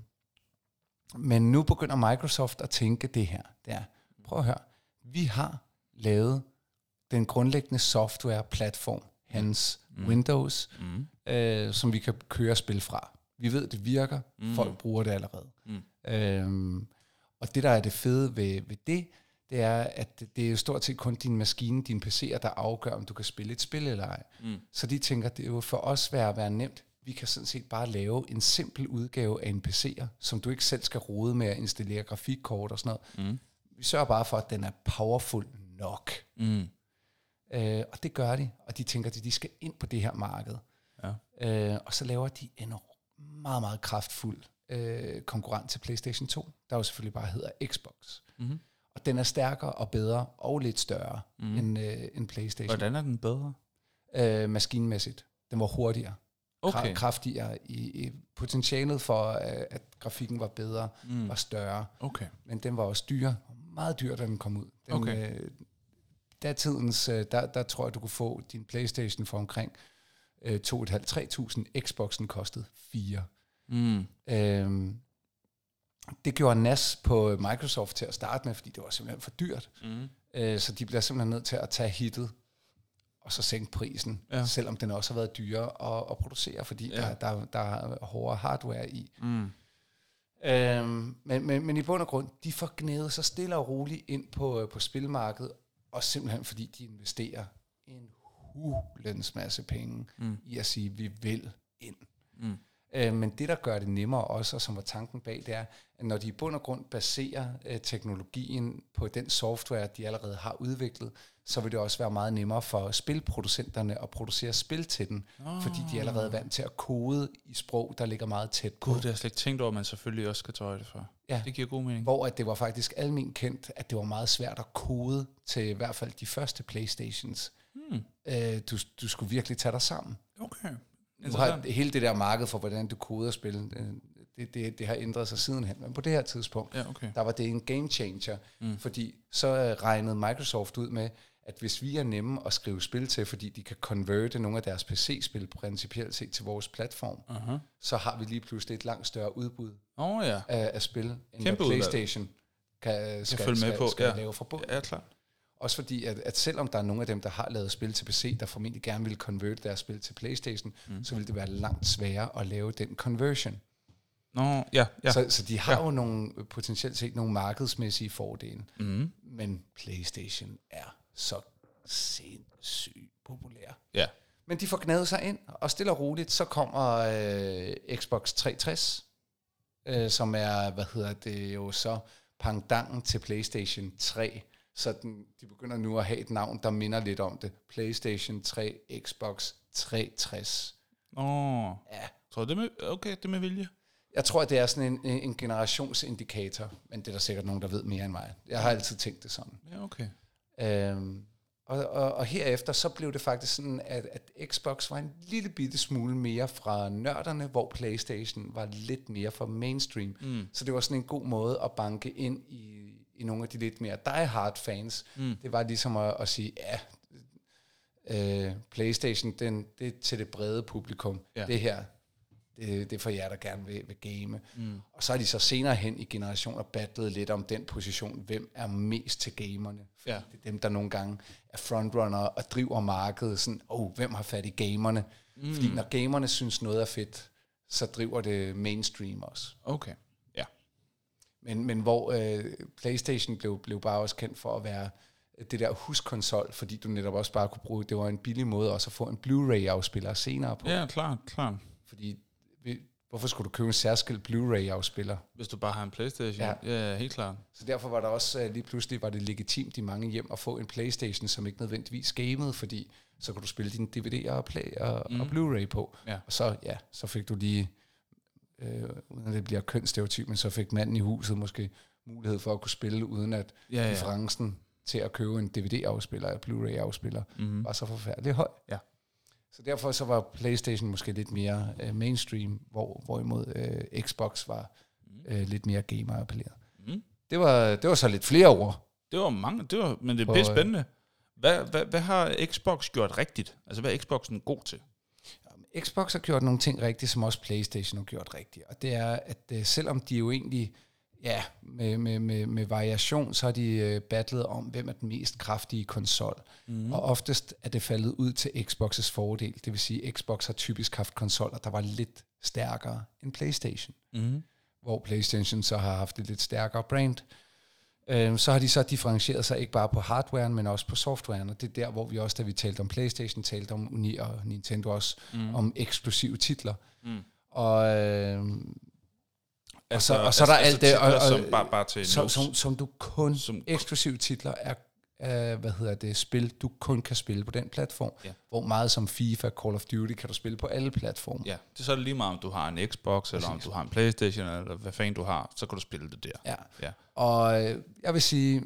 men nu begynder Microsoft at tænke det her. Det er, prøv at høre, vi har lavet den grundlæggende software-platform, hens mm. Windows, mm. Øh, som vi kan køre spil fra. Vi ved, det virker. Mm. Folk bruger det allerede. Mm. Øhm, og det, der er det fede ved, ved det, det er, at det er jo stort set kun din maskine, din P C'er, der afgør, om du kan spille et spil eller ej. Mm. Så de tænker, det er jo for os være, være nemt. Vi kan sådan set bare lave en simpel udgave af en P C'er, som du ikke selv skal rode med at installere grafikkort og sådan noget. Mm. Vi sørger bare for, at den er powerful nok. Mm. Øh, og det gør de, og de tænker, at de skal ind på det her marked. Ja. Øh, og så laver de en meget, meget kraftfuld øh, konkurrent til PlayStation to, der jo selvfølgelig bare hedder Xbox. Mm. Og den er stærkere og bedre og lidt større mm. end, øh, end PlayStation. Hvordan er den bedre? Øh, maskinmæssigt. Den var hurtigere. Okay. Kraftigere i, i potentialet for, øh, at grafikken var bedre, mm. var større. Okay. Men den var også dyr. Meget dyr, da den kom ud. Den, okay. øh, datidens, øh, der, der tror jeg, du kunne få din PlayStation for omkring øh, to tusind fem hundrede til tre tusind. Xboxen kostede fire. Mm. Øhm, det gjorde N A S på Microsoft til at starte med, fordi det var simpelthen for dyrt. Mm. Øh, så de bliver simpelthen nødt til at tage hittet og så sænke prisen, ja. Selvom den også har været dyrere at, at producere, fordi ja. der, der, der er hårdere hardware i. Mm. Øhm, men, men, men i bund og grund, de får gnædet sig stille og roligt ind på, på spilmarkedet, og simpelthen fordi de investerer en hulens masse penge mm. i at sige, at vi vil ind. Mm. Øh, men det, der gør det nemmere også, og som var tanken bag, det er, at når de i bund og grund baserer øh, teknologien på den software, de allerede har udviklet, så vil det også være meget nemmere for spilproducenterne at producere spil til den, oh. fordi de er allerede vant til at kode i sprog, der ligger meget tæt på. Gud, det har jeg slet ikke tænkt over, at man selvfølgelig også skal tage højde for. Ja. Det giver god mening. Hvor at det var faktisk almen kendt, at det var meget svært at kode til i hvert fald de første PlayStations. Hmm. Øh, du, du skulle virkelig tage dig sammen. Okay. Du har hele det der marked for, hvordan du koder spil, det, det, det har ændret sig sidenhen. Men på det her tidspunkt, ja, okay. der var det en game changer, mm. fordi så regnede Microsoft ud med, at hvis vi er nemme at skrive spil til, fordi de kan konverte nogle af deres P C-spil principielt set til vores platform, uh-huh. så har vi lige pludselig et langt større udbud oh, ja. af, af spil, end Kæmpe hvad PlayStation kan, skal, skal, skal, på. skal Ja. lave fra bunden. Ja, klart. Også fordi, at, at selvom der er nogle af dem, der har lavet spil til P C, der formentlig gerne vil konverte deres spil til PlayStation, mm. så vil det være langt sværere at lave den conversion. Nå, ja, ja. Så, så de har ja. jo nogle, potentielt set nogle markedsmæssige fordele. Mm. Men PlayStation er så sindssygt populær. Ja. Men de får gnadet sig ind, og stille og roligt, så kommer øh, Xbox tre tres, øh, som er, hvad hedder det jo så, pendanten til PlayStation tre. Så den, de begynder nu at have et navn, der minder lidt om det. PlayStation tre, Xbox tre tres. Åh, oh. ja. Tror du det med, okay, det med vilje? Jeg tror, det er sådan en, en generationsindikator, men det er der sikkert nogen, der ved mere end mig. Jeg har altid tænkt det sådan. Ja, okay. Øhm, og, og, og herefter, så blev det faktisk sådan, at, at Xbox var en lille bitte smule mere fra nørderne, hvor PlayStation var lidt mere for mainstream. Mm. Så det var sådan en god måde at banke ind i, i nogle af de lidt mere die-hard fans. Mm. Det var ligesom at, at sige, ja, øh, PlayStation, den, det er til det brede publikum. Ja. Det her, det, det er for jer, der gerne vil, vil game. Mm. Og så er de så senere hen i generationer battlet lidt om den position, hvem er mest til gamerne. Ja. Det er dem, der nogle gange er frontrunner og driver markedet. Sådan, oh, hvem har fat i gamerne? Mm. Fordi når gamerne synes noget er fedt, så driver det mainstream også. Okay, ja. Men, men hvor øh, PlayStation blev, blev bare også kendt for at være det der huskonsol, fordi du netop også bare kunne bruge, det var en billig måde også at få en Blu-ray-afspiller senere på. Ja, klart, klart. Fordi hvorfor skulle du købe en særskilt Blu-ray-afspiller? Hvis du bare har en PlayStation. Ja, ja helt klart. Så derfor var der også uh, lige pludselig var det legitimt i mange hjem at få en PlayStation, som ikke nødvendigvis gamede, fordi så kunne du spille dine D V D'er og, play, og, mm. og Blu-ray på. Ja. Og så, ja, så fik du lige, øh, uden at det bliver kønsstereotyp, men så fik manden i huset måske mulighed for at kunne spille, uden at ja, ja. differencen til at købe en D V D-afspiller eller Blu-ray-afspiller mm-hmm. var så forfærdelig høj. Ja. Så derfor så var PlayStation måske lidt mere øh, mainstream, hvor, hvorimod øh, Xbox var øh, lidt mere gamer-appelleret. Mm. Det var det var så lidt flere ord. Det var mange, det var, men det er pisse spændende. Hvad, hvad, hvad har Xbox gjort rigtigt? Altså, hvad er Xboxen god til? Xbox har gjort nogle ting rigtigt, som også PlayStation har gjort rigtigt. Og det er, at øh, selvom de jo egentlig, ja, med, med, med, med variation, så har de øh, battlet om, hvem er den mest kraftige konsol. Mm. Og oftest er det faldet ud til Xbox's fordel. Det vil sige, at Xbox har typisk haft konsoller, der var lidt stærkere end PlayStation. Mm. Hvor PlayStation så har haft et lidt stærkere brand. Øh, så har de så differentieret sig ikke bare på hardwaren, men også på softwaren. Og det er der, hvor vi også, da vi talte om PlayStation, talte om Uni og Nintendo også, mm. om eksklusive titler. Mm. Og... Øh, Altså, og så, og så altså, er der alt det, og, og, som, bare, bare til som, som, som du kun, som eksklusive titler er, er, hvad hedder det, spil, du kun kan spille på den platform. Ja. Hvor meget som FIFA, Call of Duty, kan du spille på alle platforme. Ja, det er så lige meget, om du har en Xbox, eller om du har en PlayStation, eller hvad fanden du har, så kan du spille det der. Ja, ja. Og jeg vil sige,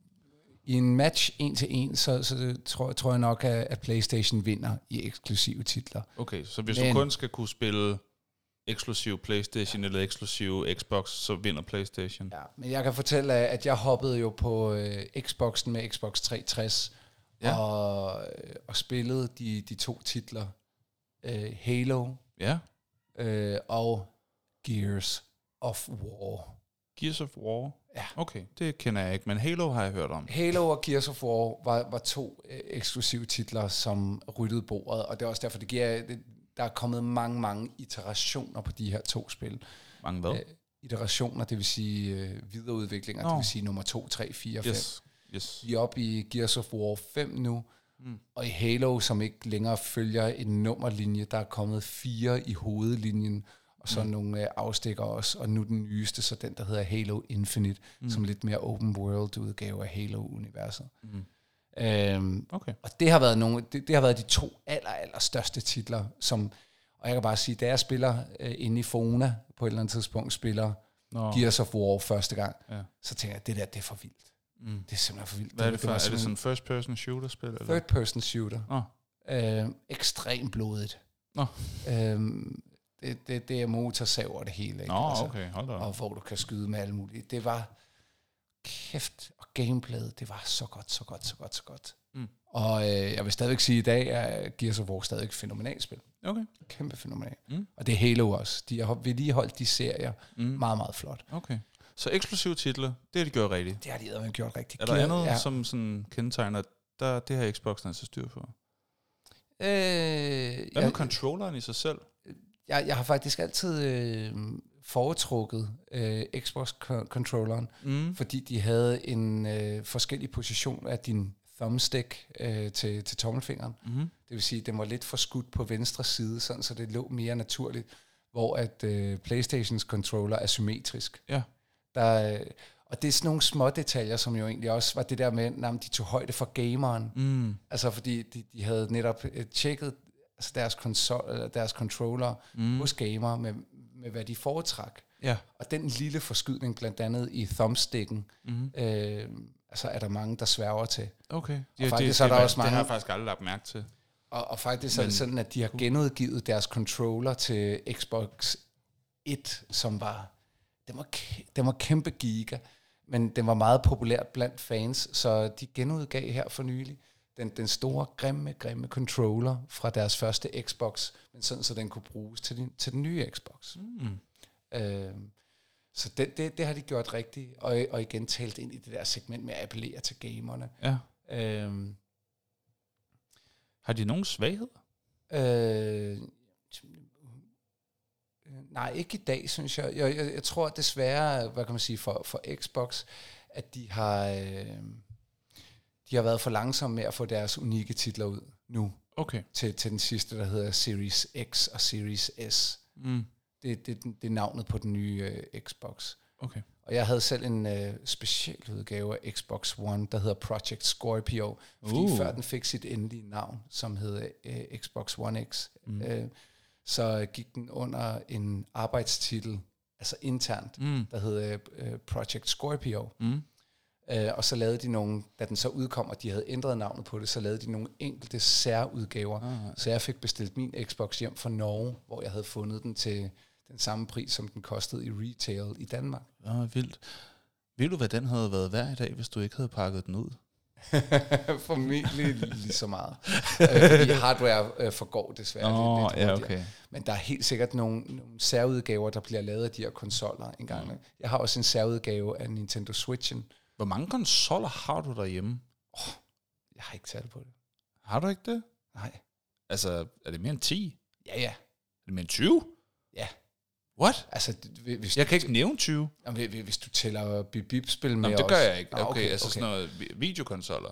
i en match en til en, så, så tror, tror jeg nok, at, at PlayStation vinder i eksklusive titler. Okay, så hvis Men, du kun skal kunne spille eksklusiv PlayStation ja. eller eksklusiv Xbox, så vinder PlayStation. Ja, men jeg kan fortælle, at jeg hoppede jo på øh, Xboxen med Xbox tre tres ja. og, og spillede de, de to titler, øh, Halo ja. øh, og Gears of War. Gears of War? Ja. Okay, det kender jeg ikke, men Halo har jeg hørt om. Halo og Gears of War var, var to øh, eksklusive titler, som ryddede bordet, og det er også derfor, det giver... Det, der er kommet mange, mange iterationer på de her to spil. Mange hvad? Æ, iterationer, det vil sige øh, videreudviklinger, oh. det vil sige nummer to, tre, fire, fem. Yes. Yes. Vi er oppe i Gears of War fem nu, mm. og i Halo, som ikke længere følger en nummerlinje, der er kommet fire i hovedlinjen, og så mm. nogle øh, afstikker også, og nu den nyeste, så den, der hedder Halo Infinite, mm. som lidt mere open world udgave af Halo-universet. Mm. Øhm, okay. Og det har været nogle, det, det har været de to aller, aller største titler, som, og jeg kan bare sige, da jeg spiller øh, inde i Fona på et eller andet tidspunkt, spiller Nå. Gears of War første gang, ja. så tænker jeg, det der, det er for vildt. Mm. Det er simpelthen for vildt. Hvad er det for? Det er det sådan en first person shooter spil? Eller? Third person shooter. Oh. Øhm, ekstremt blodigt. Oh. Øhm, det, det, det er motorsav over det hele. Ikke? Nå, altså, okay, hold da. Og hvor du kan skyde med alt muligt. Det var kæft, og gameplayet, det var så godt, så godt, så godt, så godt. Mm. Og øh, jeg vil stadigvæk sige i dag, at Gears of War stadig et fænomenalt spil. Okay. Kæmpe fænomenal. Mm. Og det er Halo også. De har vedligeholdt de serier mm. meget, meget flot. Okay. Så eksklusive titler, det har de gjort rigtigt? Det har de eddermame gjort rigtigt. Er der andet, ja. som sådan kendetegner, der det har Xboxen altså styr på? Øh, Hvad med jeg, controlleren i sig selv? Jeg, jeg har faktisk altid... Øh, foretrukket øh, Xbox-controlleren, mm. fordi de havde en øh, forskellig position af din thumbstick øh, til, til tommelfingeren. Mm. Det vil sige, at den var lidt forskudt på venstre side, sådan, så det lå mere naturligt, hvor at øh, PlayStations controller er symmetrisk. Ja. Der, øh, og det er sådan nogle små detaljer, som jo egentlig også var det der med, at de tog højde for gameren. Mm. Altså fordi de, de havde netop øh, tjekket altså deres, konsol, deres controller mm. hos gamer med med hvad de foretræk. Ja. Og den lille forskydning, blandt andet i thumbsticken, mm-hmm. øh, altså er der mange, der sværger til. Okay. Og ja, faktisk det, er der det, også mange, det har jeg faktisk aldrig lagt mærke til. Og, og faktisk Men, er det sådan, at de har genudgivet deres controller til Xbox et, som var, den var, den var kæmpe giga, men den var meget populær blandt fans, så de genudgav her for nylig den, den store, grimme, grimme controller fra deres første Xbox, men sådan, så den kunne bruges til den, til den nye Xbox. Mm. Øhm, så det, det, det har de gjort rigtigt, og, og igen talt ind i det der segment med at appellere til gamerne. Ja. Øhm, har de nogen svaghed? Øh, nej, ikke i dag, synes jeg. Jeg, jeg, jeg tror desværre, hvad kan man sige, for, for Xbox, at de har... Øh, De har været for langsomme med at få deres unikke titler ud nu. Okay. Til, til den sidste, der hedder Series X og Series S. Mm. det, det, det er navnet på den nye øh, Xbox. Okay. Og jeg havde selv en øh, speciel udgave af Xbox One, der hedder Project Scorpio, fordi Uh. før den fik sit endelige navn, som hed øh, Xbox One X, Mm. øh, så gik den under en arbejdstitel, altså internt, Mm. der hed øh, Project Scorpio. Mm. Øh, og så lavede de nogle, da den så udkom, og de havde ændret navnet på det, så lavede de nogle enkelte særudgaver. Ah. Så jeg fik bestilt min Xbox hjem fra Norge, hvor jeg havde fundet den til den samme pris, som den kostede i retail i Danmark. Ah, vildt. Ved du, hvad den havde været værd i dag, hvis du ikke havde pakket den ud? Formentlig lige så meget. øh, fordi hardware øh, forgår desværre. Åh, lidt, lidt ja, hurtigere. okay. Men der er helt sikkert nogle, nogle særudgaver, der bliver lavet af de her konsoller en gang. Mm. Jeg har også en særudgave af Nintendo Switchen. Hvor mange konsoller har du derhjemme? Jeg har ikke talt på det. Har du ikke det? Nej. Altså, er det mere end ti? Ja, ja. Er det mere end tyve? Ja. What? Altså, hvis Jeg kan ikke nævne tyve. Jamen, hvis hvis du tæller bip-bip-spil med Nå, det også. gør jeg ikke. Okay, Ah, okay altså okay. Sådan noget vi- videokonsoller.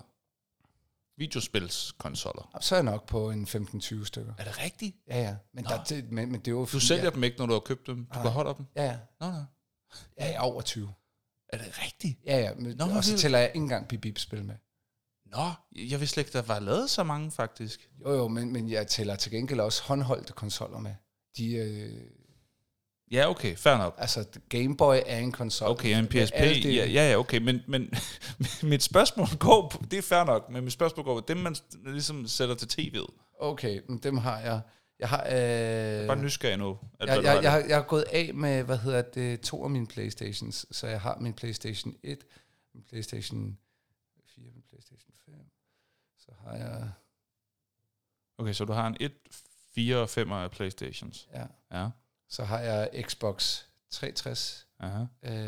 Videospilskonsoller. Så er jeg nok på en femten tyve stykker. Er det rigtigt? Ja, ja. Men, der, det, men, men det er jo... Du fordi, sælger jeg, dem ikke, når du har købt dem? Du Nej. kan holde dem? Ja, ja. Nå, nå. Ja, jeg er over tyve. Er det rigtigt? Ja, ja. Men, Nå, og så vildt. tæller jeg ikke engang bip-bip-spil med. Nå, jeg vidste slet ikke, der var lavet så mange, faktisk. Jo, jo, men, men jeg tæller til gengæld også håndholdte konsoller med. De, øh, Ja, okay, fair nok. altså, Game Boy er en konsol. Okay, en P S P, Alt det- ja, ja, ja, okay, men, men mit spørgsmål går på, det er fair nok, men mit spørgsmål går på dem, man ligesom sætter til tv'et. Okay, men dem har jeg. Jeg har... Øh, Jeg er bare nysgerrig nu. At, jeg, hvad du jeg, har jeg, har, det. jeg har gået af med, hvad hedder det, to af mine Playstations. Så jeg har min Playstation et, min Playstation fire, min Playstation fem. Så har jeg... Okay, så du har en et, fire og fem af Playstations. Ja. Ja. Så har jeg Xbox tre tres, Aha.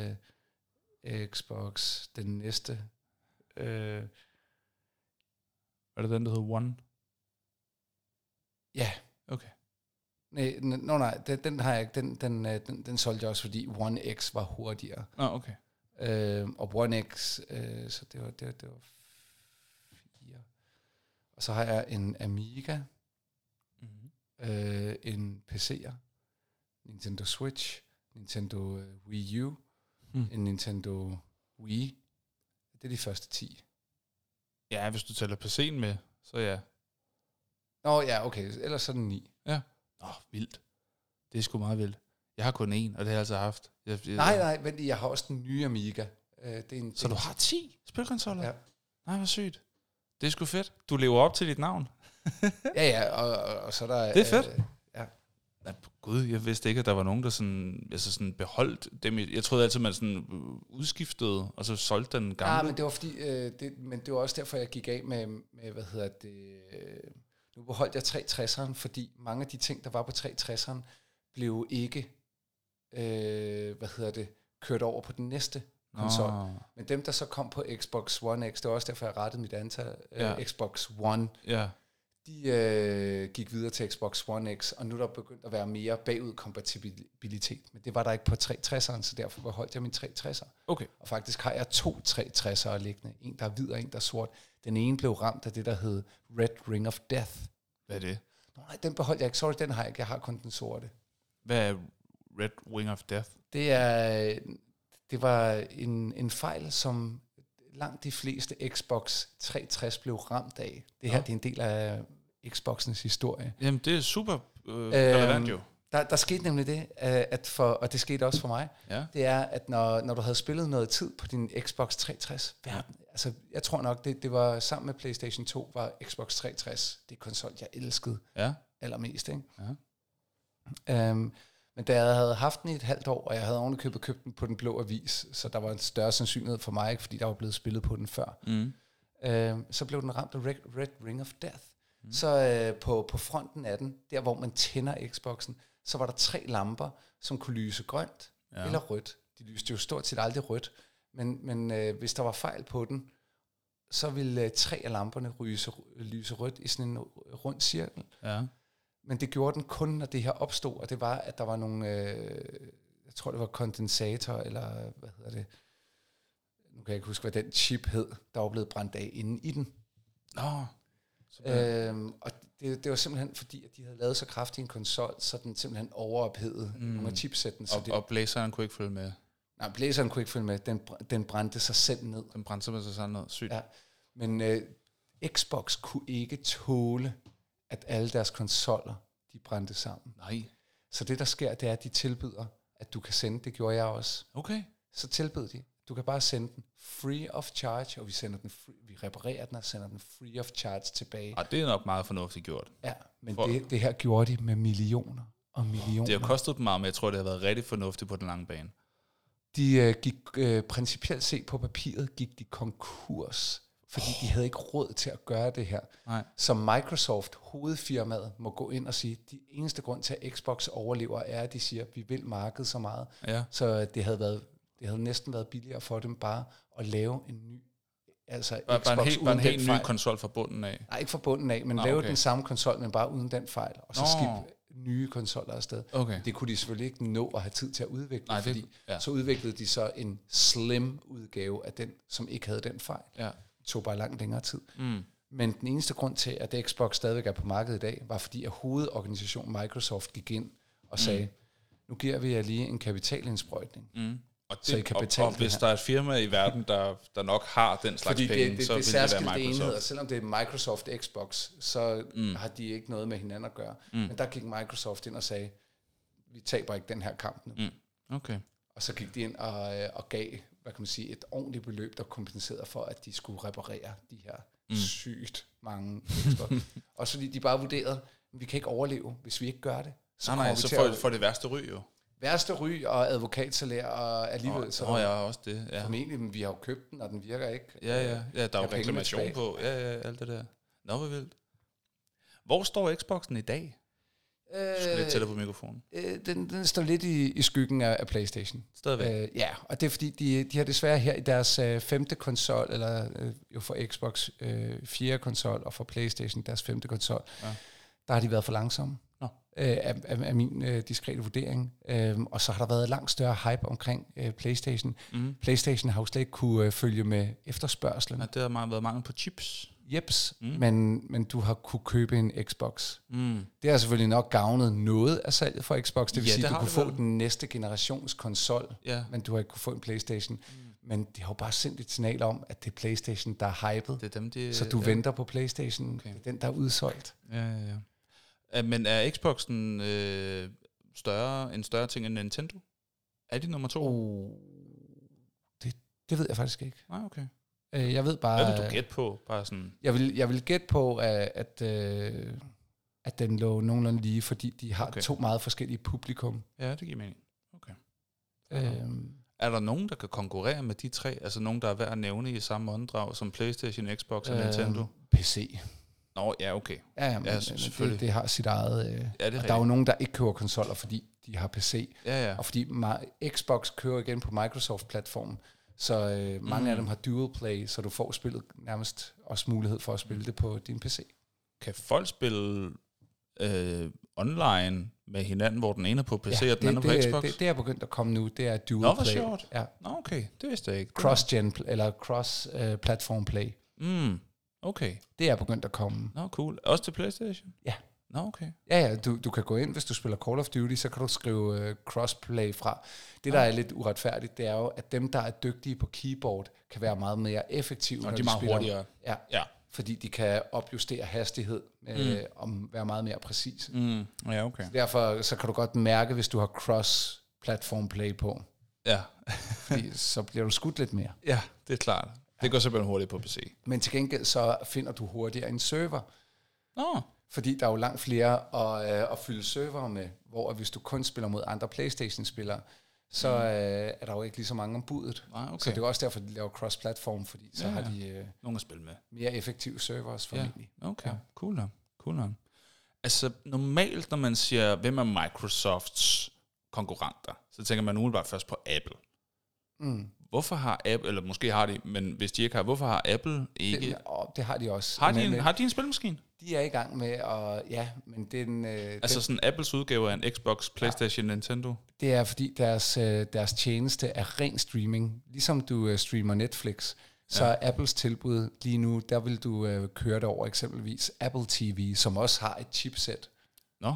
øh, Xbox den næste. Øh, Er det den, der hedder One? ja, Okay. nej, n- nå, nej, den, den har jeg ikke. Den, den, øh, den, den solgte jeg også, fordi One X var hurtigere. Nå, okay. Øh, og One X, øh, så det var, det, var, det var fire. Og så har jeg en Amiga, Mm-hmm. øh, en P C'er, Nintendo Switch, Nintendo øh, Wii U, Mm. en Nintendo Wii. Det er de første ti. Ja, hvis du tæller P C'en med, så ja. Nå ja, okay, ellers så er den ni. Ja. Åh, vildt. Det er sgu meget vildt. Jeg har kun én, og det har jeg altid haft. Jeg, jeg, Nej, nej, vent lige, jeg har også den nye Amiga. Øh, det er en, Så du har ti spilkonsoller? Ja. Nej, hvor sygt. Det er sgu fedt. Du lever op til dit navn. Ja, ja, og, og, og så er der... Det er fedt. Øh, ja. Nej, gud, jeg vidste ikke, at der var nogen, der sådan, altså sådan beholdt dem. Jeg troede altid, man sådan øh, udskiftede, og så solgte den gamle. Ja, men det var fordi, øh, det, men det var også derfor, jeg gik af med, med hvad hedder det... Øh, nu beholdt jeg tre tresseren, fordi mange af de ting, der var på tre tresseren, blev ikke, øh, hvad hedder det, kørt over på den næste konsol. Nå, Men dem, der så kom på Xbox One X, det var også derfor, jeg rettede mit antal, øh, Ja. Xbox One, ja. de øh, gik videre til Xbox One X, og nu er der begyndt at være mere bagudkompatibilitet. Men det var der ikke på tre tresseren, så derfor beholdt jeg min tre tresser. Okay. Og faktisk har jeg to tre tresser liggende. En, der er hvid, og en, der er sort. Den ene blev ramt af det, der hed Red Ring of Death. Hvad er det? Nå, nej, den beholdt jeg ikke. Sorry, den har jeg ikke. Jeg har kun den sorte. Hvad er Red Wing of Death? Det er... Det var en, en fejl, som langt de fleste Xbox tre tres blev ramt af. Det her, Nå. det er en del af Xboxens historie. Jamen, det er super øh, relevant jo. Der, der skete nemlig det, øh, at for, og det skete også for mig, Ja. det er, at når, når du havde spillet noget tid på din Xbox tre tres, ja. altså jeg tror nok, det, det var sammen med PlayStation to, var Xbox tre tres det konsol, jeg elskede Ja. allermest. Ikke? Ja. Um, men da jeg havde haft den i et halvt år, og jeg havde ovenikøbet købt den på den blå avis, så der var en større sandsynlighed for mig, ikke, fordi der var blevet spillet på den før, Mm. um, så blev den ramt af Red, Red Ring of Death. Mm. Så øh, på, på fronten af den, der hvor man tænder Xboxen, så var der tre lamper, som kunne lyse grønt Ja. ja. eller rødt. De lyste jo stort set aldrig rødt, men, men øh, hvis der var fejl på den, så ville øh, tre af lamperne lyse, lyse rødt i sådan en rund cirkel. Ja. Men det gjorde den kun, når det her opstod, og det var, at der var nogle, øh, jeg tror det var kondensator, eller hvad hedder det, nu kan jeg ikke huske, hvad den chip hed, der var blevet brændt af inde i den. Nå. Øhm, og det, det var simpelthen fordi, at de havde lavet så kraftig en konsol, så den simpelthen overophedede mm. nogle af chipsetten. Så og, det, og blæseren kunne ikke følge med. Nej, blæseren kunne ikke følge med. Den, den brændte sig selv ned. Den brændte sig selv ned. Sygt. Ja. Men øh, Xbox kunne ikke tåle, at alle deres konsoller, de brændte sammen. Nej. Så det, der sker, det er, at de tilbyder, at du kan sende. Det gjorde jeg også. Okay. Så tilbød de. Du kan bare sende den free of charge, og vi sender den free, vi reparerer den og sender den free of charge tilbage. Og det er nok meget fornuftigt gjort. Ja, men For, det, det her gjorde de med millioner og millioner. Det har kostet dem meget, men jeg tror, det har været rigtig fornuftigt på den lange bane. De øh, gik øh, principielt set på papiret, gik de konkurs, fordi oh. de havde ikke råd til at gøre det her. Nej. Så Microsoft, hovedfirmaet, må gå ind og sige, at de eneste grund til, at Xbox overlever, er, at de siger, at vi vil markedet så meget. Ja. Så det havde, været, det havde næsten været billigere for dem bare at lave en ny, altså bare, Xbox bare en helt, uden bare en helt ny fejl. konsol fra bunden af. Nej, ikke fra bunden af, men Nå, lave okay. den samme konsol, men bare uden den fejl, og så Nå. skifte nye konsoller afsted. Okay. Det kunne de selvfølgelig ikke nå at have tid til at udvikle, Nej, det- fordi ja. så udviklede de så en slim udgave af den, som ikke havde den fejl. Ja. Det tog bare langt længere tid. Mm. Men den eneste grund til, at Xbox stadigvæk er på markedet i dag, var fordi, at hovedorganisationen Microsoft gik ind og sagde, mm. nu giver vi jer lige en kapitalindsprøjtning. Mm. Og, det, Så I kan og, betale og det hvis her. der er et firma i verden, der, der nok har den slags Fordi penge, det, det, så det, vil det det være særskilte Microsoft. enheder, selvom det er Microsoft Xbox, så mm. har de ikke noget med hinanden at gøre. Mm. Men der gik Microsoft ind og sagde, vi taber ikke den her kamp nu. Mm. Okay. Og så gik de ind og, øh, og gav, hvad kan man sige, et ordentligt beløb, der kompenserede for, at de skulle reparere de her mm. sygt mange Xbox. Også fordi de bare vurderede, at vi kan ikke overleve, hvis vi ikke gør det. Så Nej, nej, kommer vi så til får, at- får det værste ryg jo. værste ry og advokatsalær, og alligevel Nå, så Nå, ja, også det. Ja. formentlig, men vi har jo købt den, og den virker ikke. Ja, ja, ja, der er jo Jeg penge reklamation tilbage. på. Ja, ja, alt det der. Nå, hvor vildt. Hvor står Xboxen i dag? Du skal lidt tættere på mikrofonen. Øh, den, den står lidt i, i skyggen af, af PlayStation. Stadigvæk. Øh, ja, og det er fordi, de, de har desværre her i deres øh, femte konsol, eller øh, jo for Xbox øh, fjerde konsol, og for PlayStation deres femte konsol, Ja. der har de været for langsomme. Nå. Øh, af, af, af min øh, diskrete vurdering. Øh, og så har der været langt større hype omkring øh, PlayStation. Mm. PlayStation har jo slet ikke kunne øh, følge med efterspørgselen. Ja, det har meget været mangel på chips. Jeps, Mm. mm. men, men du har kunne købe en Xbox. Mm. Det har selvfølgelig nok gavnet noget af salget for Xbox. Det vil Ja, sige, det at du har kunne det få vel. den næste generations konsol, Ja. men du har ikke kunne få en PlayStation. Mm. Men det har jo bare sendt et signal om, at det er PlayStation, der er hypet. Det er dem, de... Så du ja. venter på PlayStation. Okay. Det er den, der er udsolgt. Ja, ja, ja. Uh, men er Xboxen øh, større, en større ting end Nintendo? Er de nummer to? Oh, det, det ved jeg faktisk ikke. Nej, okay. Øh, Jeg ved bare... Hvad vil du gætte på? Bare sådan... Jeg vil, jeg vil gætte på, at, at, øh, at den lå nogenlunde lige, fordi de har Okay. okay. to meget forskellige publikum. Ja, det giver mening. Okay. Øhm, Er der nogen, der kan konkurrere med de tre? Altså nogen, der er værd at nævne i samme åndedrag som PlayStation, Xbox og Nintendo? øhm, P C. Nå, ja, okay. Ja, ja, men, Ja, ja selvfølgelig. det, det har sit eget... Øh, Ja, det er og der er jo rigtigt. nogen, der ikke køber konsoller, fordi de har P C. Ja, ja. Og fordi ma- Xbox kører igen på Microsoft-platformen, så øh, mange Mm. af dem har dual play, så du får spillet nærmest også mulighed for at spille det på din P C. Kan folk spille øh, online med hinanden, hvor den ene er på P C Ja, og den anden er på det, Xbox? Det, det er begyndt at komme nu. Det er dual Nå, hvor play. sjovt. Ja. Nå, okay. Det vidste jeg ikke. Cross-gen, pl- eller cross-platform play. Mm, okay. Det er begyndt at komme. Nå, cool. Også til PlayStation? Ja. Nå, okay. Ja, ja, du, du kan gå ind, hvis du spiller Call of Duty, så kan du skrive uh, crossplay fra. Det, der er lidt uretfærdigt, det er jo, at dem, der er dygtige på keyboard, kan være meget mere effektive. Og når de er meget spiller. hurtigere. Ja, Ja. fordi de kan opjustere hastighed øh, Mm. og være meget mere præcis. Mm, ja, okay. Derfor så kan du godt mærke, hvis du har cross-platform play på, Ja. fordi så bliver du skudt lidt mere. Ja, det er klart. Det går simpelthen hurtigt på P C. Men til gengæld så finder du hurtigere en server, Nå, fordi der er jo langt flere at, øh, at fylde server med, hvor hvis du kun spiller mod andre PlayStation-spillere, så øh, er der jo ikke lige så mange om budet. nej, okay. Så det er jo også derfor, de laver cross-platform, fordi så Ja, har ja. de øh, Nogen at spille med. mere effektive servers formentlig. Ja, okay. Ja. Cool nok. Cool nok. Altså, normalt, når man siger, hvem er Microsofts konkurrenter, så tænker man umiddelbart først på Apple. Mm. Hvorfor har Apple, eller måske har de, men hvis de ikke har, hvorfor har Apple ikke... Det, og det har de også. Har de, Men, en, øh, har de en spilmaskine? de er i gang med at, ja, men den, øh, Altså den, sådan Apples udgave af en Xbox, PlayStation, Nintendo? det er fordi deres, øh, deres tjeneste er ren streaming. Ligesom du øh, streamer Netflix, Så ja. Apples tilbud lige nu, der vil du øh, køre det over eksempelvis Apple T V, som også har et chipset. Nå.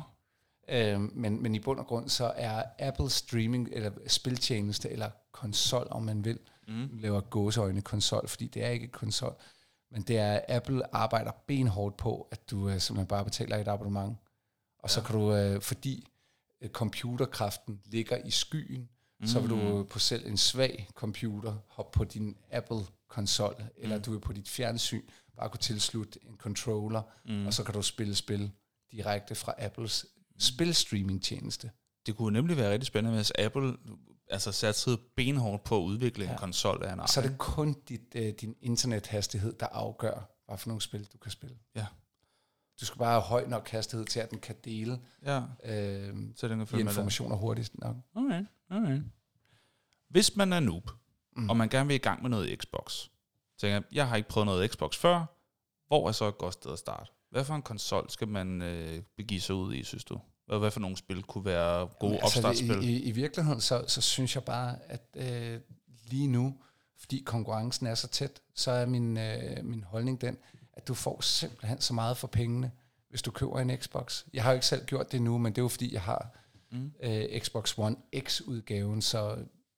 Øh, men, men i bund og grund, så er Apple streaming, eller spiltjeneste, eller konsol, om man vil, mm. laver gåseøjne konsol, fordi det er ikke et konsol, men det er, Apple arbejder benhårdt på, at du øh, simpelthen bare betaler et abonnement. Og ja. så kan du, øh, fordi øh, computerkraften ligger i skyen, mm. så vil du på selv en svag computer hoppe på din Apple-konsol, mm. eller du vil på dit fjernsyn bare kunne tilslutte en controller, mm. og så kan du spille spil direkte fra Apples mm. spilstreaming-tjeneste. Det kunne nemlig være rigtig spændende, hvis Apple altså satsede benhårdt på at udvikle ja. en konsol af en art. Så er det kun dit, øh, din internethastighed, der afgør, hvad for nogle spil du kan spille. Ja. Du skal bare have høj nok hastighed til, at den kan dele ja. øh, så den kan informationer hurtigt nok. Okay. Okay. Hvis man er noob, mm. og man gerne vil i gang med noget Xbox, tænker jeg, jeg har ikke prøvet noget Xbox før, hvor er så et godt sted at starte? Hvad for en konsol skal man øh, begive sig ud i, synes du? Hvad for nogle spil kunne være gode Jamen, opstartsspil? Altså, i, i, I virkeligheden, så, så synes jeg bare, at øh, lige nu, fordi konkurrencen er så tæt, så er min, øh, min holdning den, at du får simpelthen så meget for pengene, hvis du køber en Xbox. Jeg har jo ikke selv gjort det nu, men det er jo fordi, jeg har mm. øh, Xbox One X-udgaven, så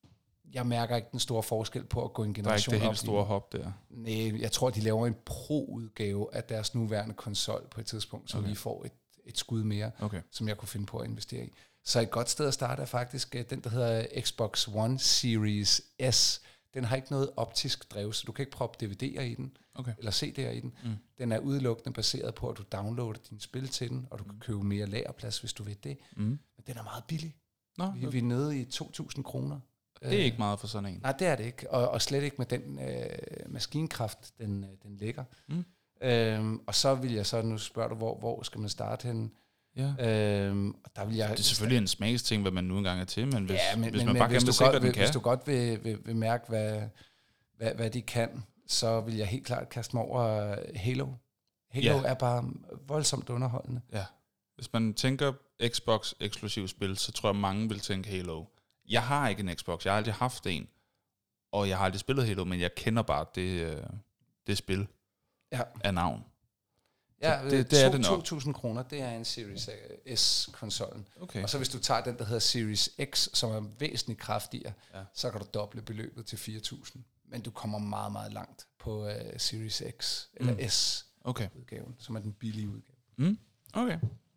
jeg mærker ikke den store forskel på at gå en generation op. Der er ikke det helt store hop der. Nej, jeg tror, de laver en pro-udgave af deres nuværende konsol på et tidspunkt, så okay. vi får et, et skud mere, okay. som jeg kunne finde på at investere i. Så et godt sted at starte er faktisk den, der hedder Xbox One Series S. Den har ikke noget optisk drev, så du kan ikke proppe D V D'er i den, okay. eller C D'er i den. Mm. Den er udelukkende baseret på, at du downloader dine spil til den, og du kan købe mere lagerplads, hvis du vil det. Mm. Men den er meget billig. Nå, vi, vi er nede i to tusind kroner. Det er ikke meget for sådan en. Nej, det er det ikke. Og, og slet ikke med den øh, maskinkraft, den, den lægger. Mm. Øhm, og så vil jeg så, nu spørger du, hvor, hvor skal man starte henne? Ja. Øhm, og der vil jeg, det er selvfølgelig en smagsting, hvad man nu engang er til, men hvis, ja, men, hvis men, man men, bare hvis gerne vil se, hvad godt, den kan. Hvis du godt vil, vil, vil mærke, hvad, hvad, hvad de kan, så vil jeg helt klart kaste mig over Halo. Halo ja. er bare voldsomt underholdende. Ja. Hvis man tænker Xbox eksklusiv spil, så tror jeg, mange vil tænke Halo. Jeg har ikke en Xbox, jeg har aldrig haft en, og jeg har aldrig spillet Halo, men jeg kender bare det, det spil ja. af navn. Ja, det, det to, er det nok. to tusind kroner, det er en Series S-konsollen. Okay. Og så hvis du tager den, der hedder Series X, som er væsentligt kraftigere, ja. så kan du doble beløbet til fire tusind. Men du kommer meget, meget langt på uh, Series X, eller mm. S-udgaven, okay. som er den billige udgave. Mm. Okay.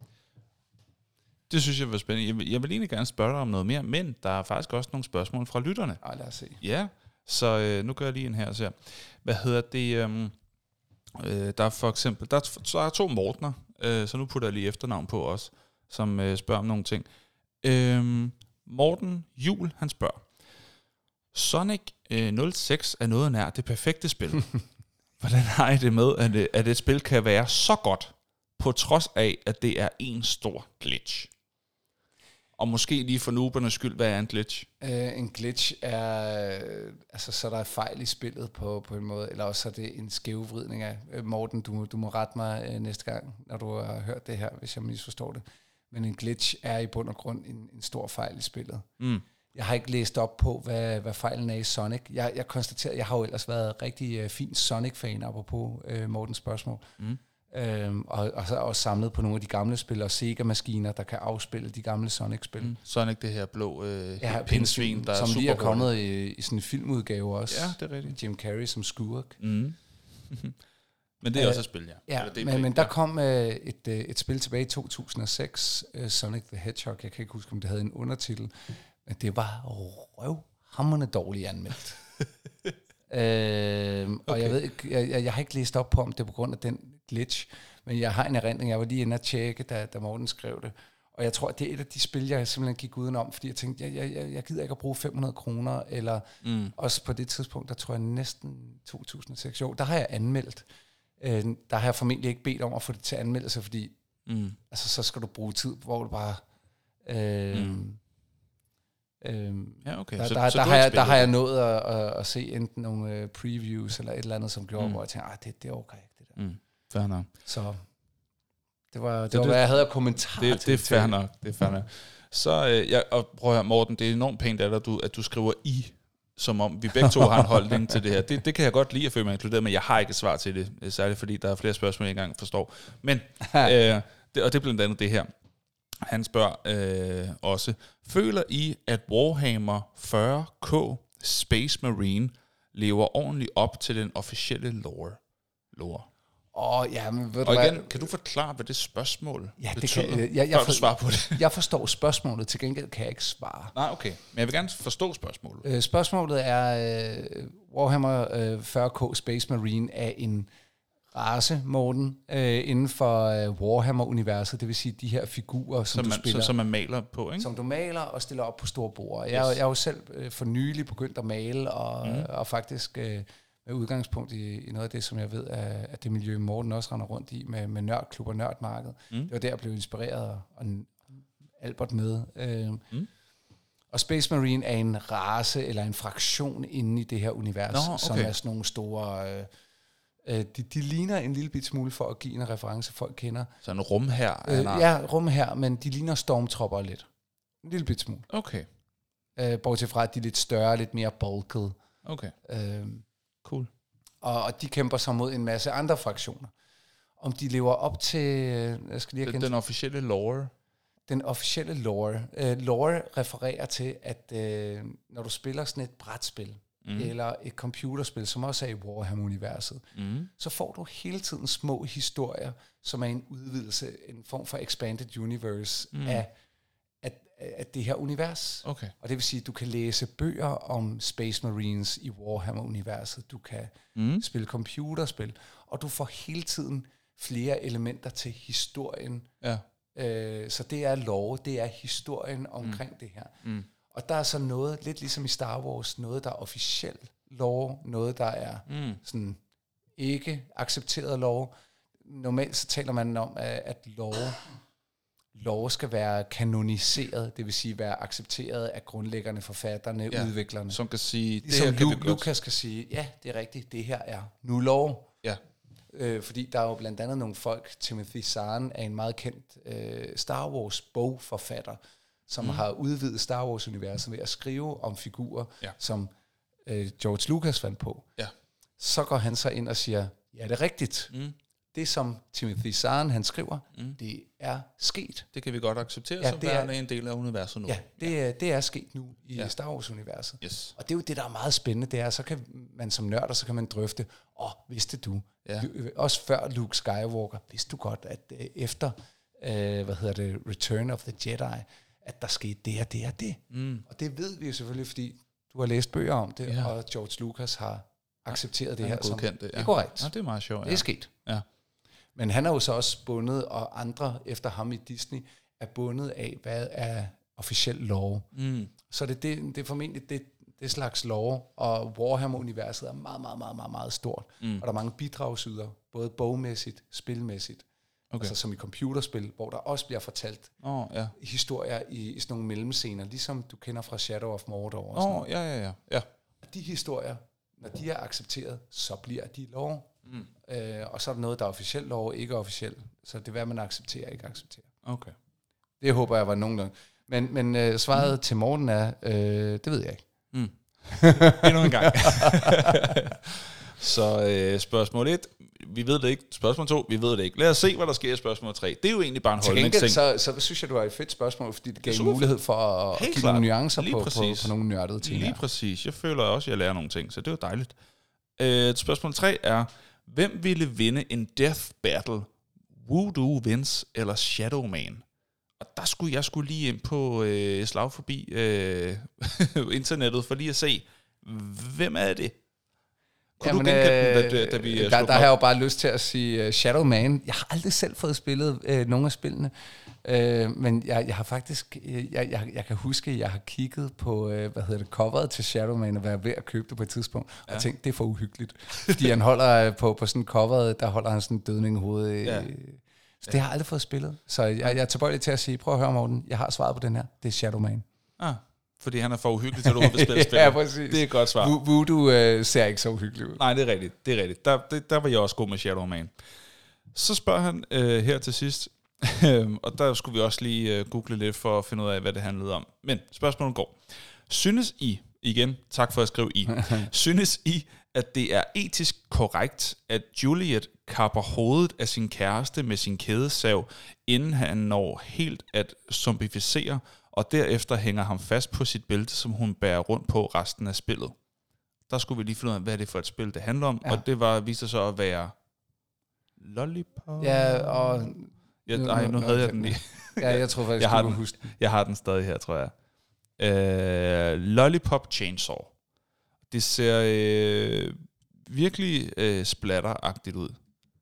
Det synes jeg var spændende. Jeg vil, jeg vil egentlig gerne spørge dig om noget mere, men der er faktisk også nogle spørgsmål fra lytterne. Ja, lad os se. Ja, så øh, nu gør jeg lige en her. Så hvad hedder det? Øh, øh, der er for eksempel, der er, der er to Mortner, øh, så nu putter jeg lige efternavn på os, som øh, spørger om nogle ting. Øh, Morten Jul, han spørger, Sonic øh, nul seks er noget nær det perfekte spil. Hvordan har I det med, at, det, at et spil kan være så godt, på trods af, at det er en stor glitch? Og måske lige for noobernes skyld, hvad er en glitch? Uh, en glitch er, uh, altså så der er fejl i spillet på, på en måde, eller også er det en skævvridning af. Uh, Morten, du, du må rette mig uh, næste gang, når du har hørt det her, hvis jeg misforstår det. Men en glitch er i bund og grund en, en stor fejl i spillet. Mm. Jeg har ikke læst op på, hvad, hvad fejlen er i Sonic. Jeg, jeg konstaterer, jeg har jo ellers været rigtig uh, fin Sonic-fan, apropos uh, Mortens spørgsmål. Mm. Øhm, og, og så også samlet på nogle af de gamle spil og Sega-maskiner, der kan afspille de gamle Sonic-spil. Mm. Sonic, det her blå øh, ja, pindsvin, der som er lige er kommet i, i sådan en filmudgave også. Ja, det er rigtigt. Jim Carrey som skurk. Mm. Men det er øh, også et spil, ja. Ja, det men, men der ja. kom øh, et, øh, et spil tilbage i to tusind og seks, øh, Sonic the Hedgehog. Jeg kan ikke huske, om det havde en undertitel, men det var røvhamrende dårligt anmeldt. øh, okay. Og jeg ved ikke, jeg, jeg har ikke læst op på, om det er på grund af den glitch, men jeg har en erindring. Jeg var lige inde at tjekke, da, da Morten skrev det. Og jeg tror, det er et af de spil, jeg simpelthen gik udenom, fordi jeg tænkte, jeg, jeg, jeg gider ikke at bruge fem hundrede kroner, eller mm. også på det tidspunkt, der tror jeg næsten to tusind og seks. Jo, der har jeg anmeldt. Øh, der har jeg formentlig ikke bedt om at få det til anmeldelse, fordi mm. altså, så skal du bruge tid, hvor du bare... Øh, mm. Øhm, ja, okay. Der, så, der, så der, har, jeg, der har jeg nået at, at, at se enten nogle uh, previews eller et eller andet, som gjorde, mm. hvor jeg tænkte, det, det er okay, det der. Mm. Fair nok. Så det var, det, så var det, hvad jeg havde af kommentarer det, til. Det er fair nok, det er fair nok. Så, øh, jeg, og prøv at høre, Morten, det er enormt pænt af dig, at du, at du skriver I som om vi begge to har en holdning til det her. Det, det kan jeg godt lide at føle mig inkluderet, men jeg har ikke et svar til det, særligt fordi der er flere spørgsmål, jeg ikke engang forstår. Men, øh, det, og det er blandt andet det her. Han spørger øh, også, føler I, at Warhammer fyrre K Space Marine lever ordentligt op til den officielle lore? lore? Åh, oh, ja, men ved du Og igen, hvad? kan du forklare, hvad det spørgsmål Ja, det betyder, kan, jeg, jeg, før for, du svarer på det? jeg forstår spørgsmålet, til gengæld kan jeg ikke svare. Nej, okay. Men jeg vil gerne forstå spørgsmålet. Øh, spørgsmålet er, øh, Warhammer øh, fyrre K Space Marine er en race, Morten, øh, inden for øh, Warhammer-universet, det vil sige de her figurer, som, Som du man, spiller, som, som man maler på, ikke? som du maler og stiller op på store borde. Yes. Jeg, jeg er jo selv øh, for nylig begyndt at male, og, Mm. og faktisk øh, med udgangspunkt i, i noget af det, som jeg ved, er, at det miljø, Morten også render rundt i, med, med nørdklub og nørdmarked. Mm. Det var der, jeg blev inspireret, og, og Albert med. Øh, mm. Og Space Marine er en race, eller en fraktion inde i det her univers, Nå, okay. som er sådan nogle store... Øh, øh, de, de ligner en lille bit smule, for at give en reference, folk kender. Så en rum her? Øh, ja, rum her, men de ligner stormtropper lidt. En lille bit smule. Okay. Øh, bortset fra, at de er lidt større, lidt mere bulket. Okay. Øh, Cool. og, og de kæmper sig mod en masse andre fraktioner. Om de lever op til... øh, Jeg skal lige Den, erkende, den officielle lore? den officielle lore. Øh, lore refererer til, at øh, når du spiller sådan et brætspil, mm. eller et computerspil, som også er i Warhammer-universet, mm. så får du hele tiden små historier, som er en udvidelse, en form for expanded universe mm. af, af, af det her univers. Okay. Og det vil sige, at du kan læse bøger om Space Marines i Warhammer-universet, du kan Mm. spille computerspil, og du får hele tiden flere elementer til historien. Ja. Øh, så det er lore, det er historien omkring mm. det her. Mm. Og der er så noget, lidt ligesom i Star Wars, noget der er officiel lore, noget der er mm. sådan ikke accepteret lore. Normalt så taler man om, at lore, lore skal være kanoniseret, det vil sige være accepteret af grundlæggerne, forfatterne, ja. udviklerne. Som kan sige, ligesom det her kan Lu- vi godt. Lucas kan sige, ja, det er rigtigt, det her er nu lore. Ja. Øh, fordi der er jo blandt andet nogle folk, Timothy Zahn er en meget kendt øh, Star Wars bogforfatter, som mm. har udvidet Star Wars-universet ved at skrive om figurer, ja. som øh, George Lucas fandt på. Ja. Så går han så ind og siger, ja, det er rigtigt. Mm. Det, som Timothy Zahn han skriver, mm. det er sket. Det kan vi godt acceptere, ja, som det er en del af universet nu. Ja, det er, det er sket nu i ja. Star Wars-universet. Yes. Og det er jo det, der er meget spændende, det er, så kan man som nørder, så kan man drøfte, åh, oh, vidste du, ja. også før Luke Skywalker, vidste du godt, at øh, efter, øh, hvad hedder det, Return of the Jedi, at der skete det og det og det. Mm. Og det ved vi jo selvfølgelig, fordi du har læst bøger om det, ja. og George Lucas har accepteret ja, det her som det. Ja. Det er korrekt. Ja, det er meget sjovt. Ja. Det er sket. Ja. Men han er jo så også bundet, og andre efter ham i Disney, er bundet af, hvad er officiel lore. Mm. Så det, det, det er formentlig det, det slags lore, og Warhammer-universet er meget, meget, meget, meget, meget stort. Mm. Og der er mange bidragsyder, både bogmæssigt, spilmæssigt, okay. altså som i computerspil, hvor der også bliver fortalt oh, ja. historier i, i sådan nogle mellemscener, ligesom du kender fra Shadow of Mordor. Og sådan oh, ja, ja, ja, ja. Og de historier, når de er accepteret, så bliver de lore. Mm. Øh, og så er der noget, der er officielt lov, ikke officielt. Så det er, hvad man accepterer, ikke accepterer. Okay. Det håber jeg var nogenlunde. Men, men øh, svaret mm. til Morten er, øh, det ved jeg ikke. Mm. Endnu en gang. Så øh, spørgsmål et, vi ved det ikke. Spørgsmål to, vi ved det ikke. Lad os se, hvad der sker i spørgsmål tre. Det er jo egentlig bare en holdningsting. Så, så synes jeg, du har et fedt spørgsmål, fordi det gav mulighed for at, at give nogle nuancer på, på, på nogle nørdede ting. Lige her. Præcis. Jeg føler også, at jeg lærer nogle ting, så det er jo dejligt. Øh, spørgsmål tre er, hvem ville vinde en death battle? Voodoo Vince eller Shadow Man? Og der skulle jeg skulle lige ind på øh, slag forbi øh, internettet for lige at se, hvem er det? Kunne Jamen, du genkende den, da, da vi der, der har jeg jo bare lyst til at sige uh, Shadow Man. Jeg har aldrig selv fået spillet uh, nogle af spillene, uh, men jeg, jeg har faktisk, jeg, jeg, jeg kan huske, at jeg har kigget på, uh, hvad hedder det, coveret til Shadow Man, og været ved at købe det på et tidspunkt, ja. og tænkt, det er for uhyggeligt. Fordi han holder på, på sådan coveret, der holder han sådan en dødning i hovedet. Ja. Så det ja. har jeg aldrig fået spillet. Så jeg, jeg er tilbøjelig til at sige, prøv at høre, Morten, jeg har svaret på den her. Det er Shadow Man. Ah. Fordi han er for uhyggelig til, at du vil spille spil. Ja, præcis. Det er et godt svar. V- Voodoo øh, ser ikke så uhyggelig ud. Nej, det er rigtigt. Det er rigtigt. Der, det, der var jeg også god med Shadow Man. Så spørger han øh, her til sidst, og der skulle vi også lige øh, google lidt for at finde ud af, hvad det handlede om. Men spørgsmålet går. Synes I, igen, tak for at skrive I. Synes I, at det er etisk korrekt, at Juliet kapper hovedet af sin kæreste med sin kædesav, inden han når helt at zombificere, og derefter hænger ham fast på sit bælte, som hun bærer rundt på resten af spillet? Der skulle vi lige finde ud af, hvad er det for et spil, det handler om, ja. Og det var viste sig så at være Lollipop. Ja, og... Ja, nej, nu havde jeg den lige. Ja, jeg tror faktisk, jeg har du den, huske den. Jeg har den stadig her, tror jeg. Uh, Lollipop Chainsaw. Det ser øh, virkelig øh, splatteragtigt ud.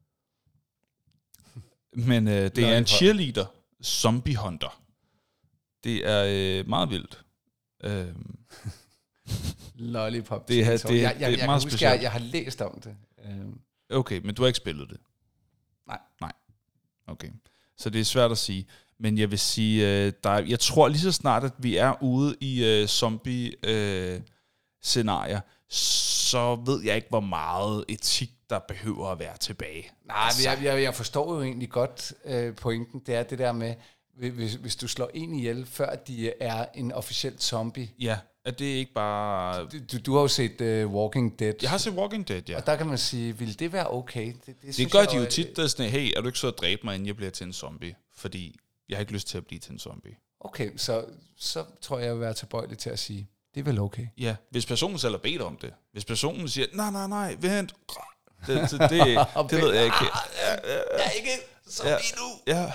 Men øh, det Lollipop. Er en cheerleader zombie hunter. Det er øh, meget vildt. Uh, Lollipop det er, det, det, jeg, jeg, det er jeg meget huske, specielt. Jeg, jeg har læst om det. Okay, men du har ikke spillet det? Nej. Nej. Okay. Så det er svært at sige. Men jeg vil sige, øh, der er, jeg tror lige så snart, at vi er ude i øh, zombie-scenarier, øh, så ved jeg ikke, hvor meget etik, der behøver at være tilbage. Nej, altså. jeg, jeg, jeg forstår jo egentlig godt øh, pointen. Det er det der med, hvis, hvis du slår en ihjel, før de er en officiel zombie. Ja, at det ikke bare... Du, du har jo set uh, Walking Dead. Jeg har set Walking Dead, ja. Og der kan man sige, vil det være okay? Det, det, det gør jeg, de jo tit, der sådan, hey, er du ikke så at dræbe mig, inden jeg bliver til en zombie? Fordi jeg har ikke lyst til at blive til en zombie. Okay, så, så tror jeg, jeg vil være tilbøjelig til at sige, det er vel okay. Ja, hvis personen selv har bedt om det. Hvis personen siger, nej, nej, nej, vent. Det, det, det, det, det ved jeg ikke. Jeg er ikke zombie nu. Ja.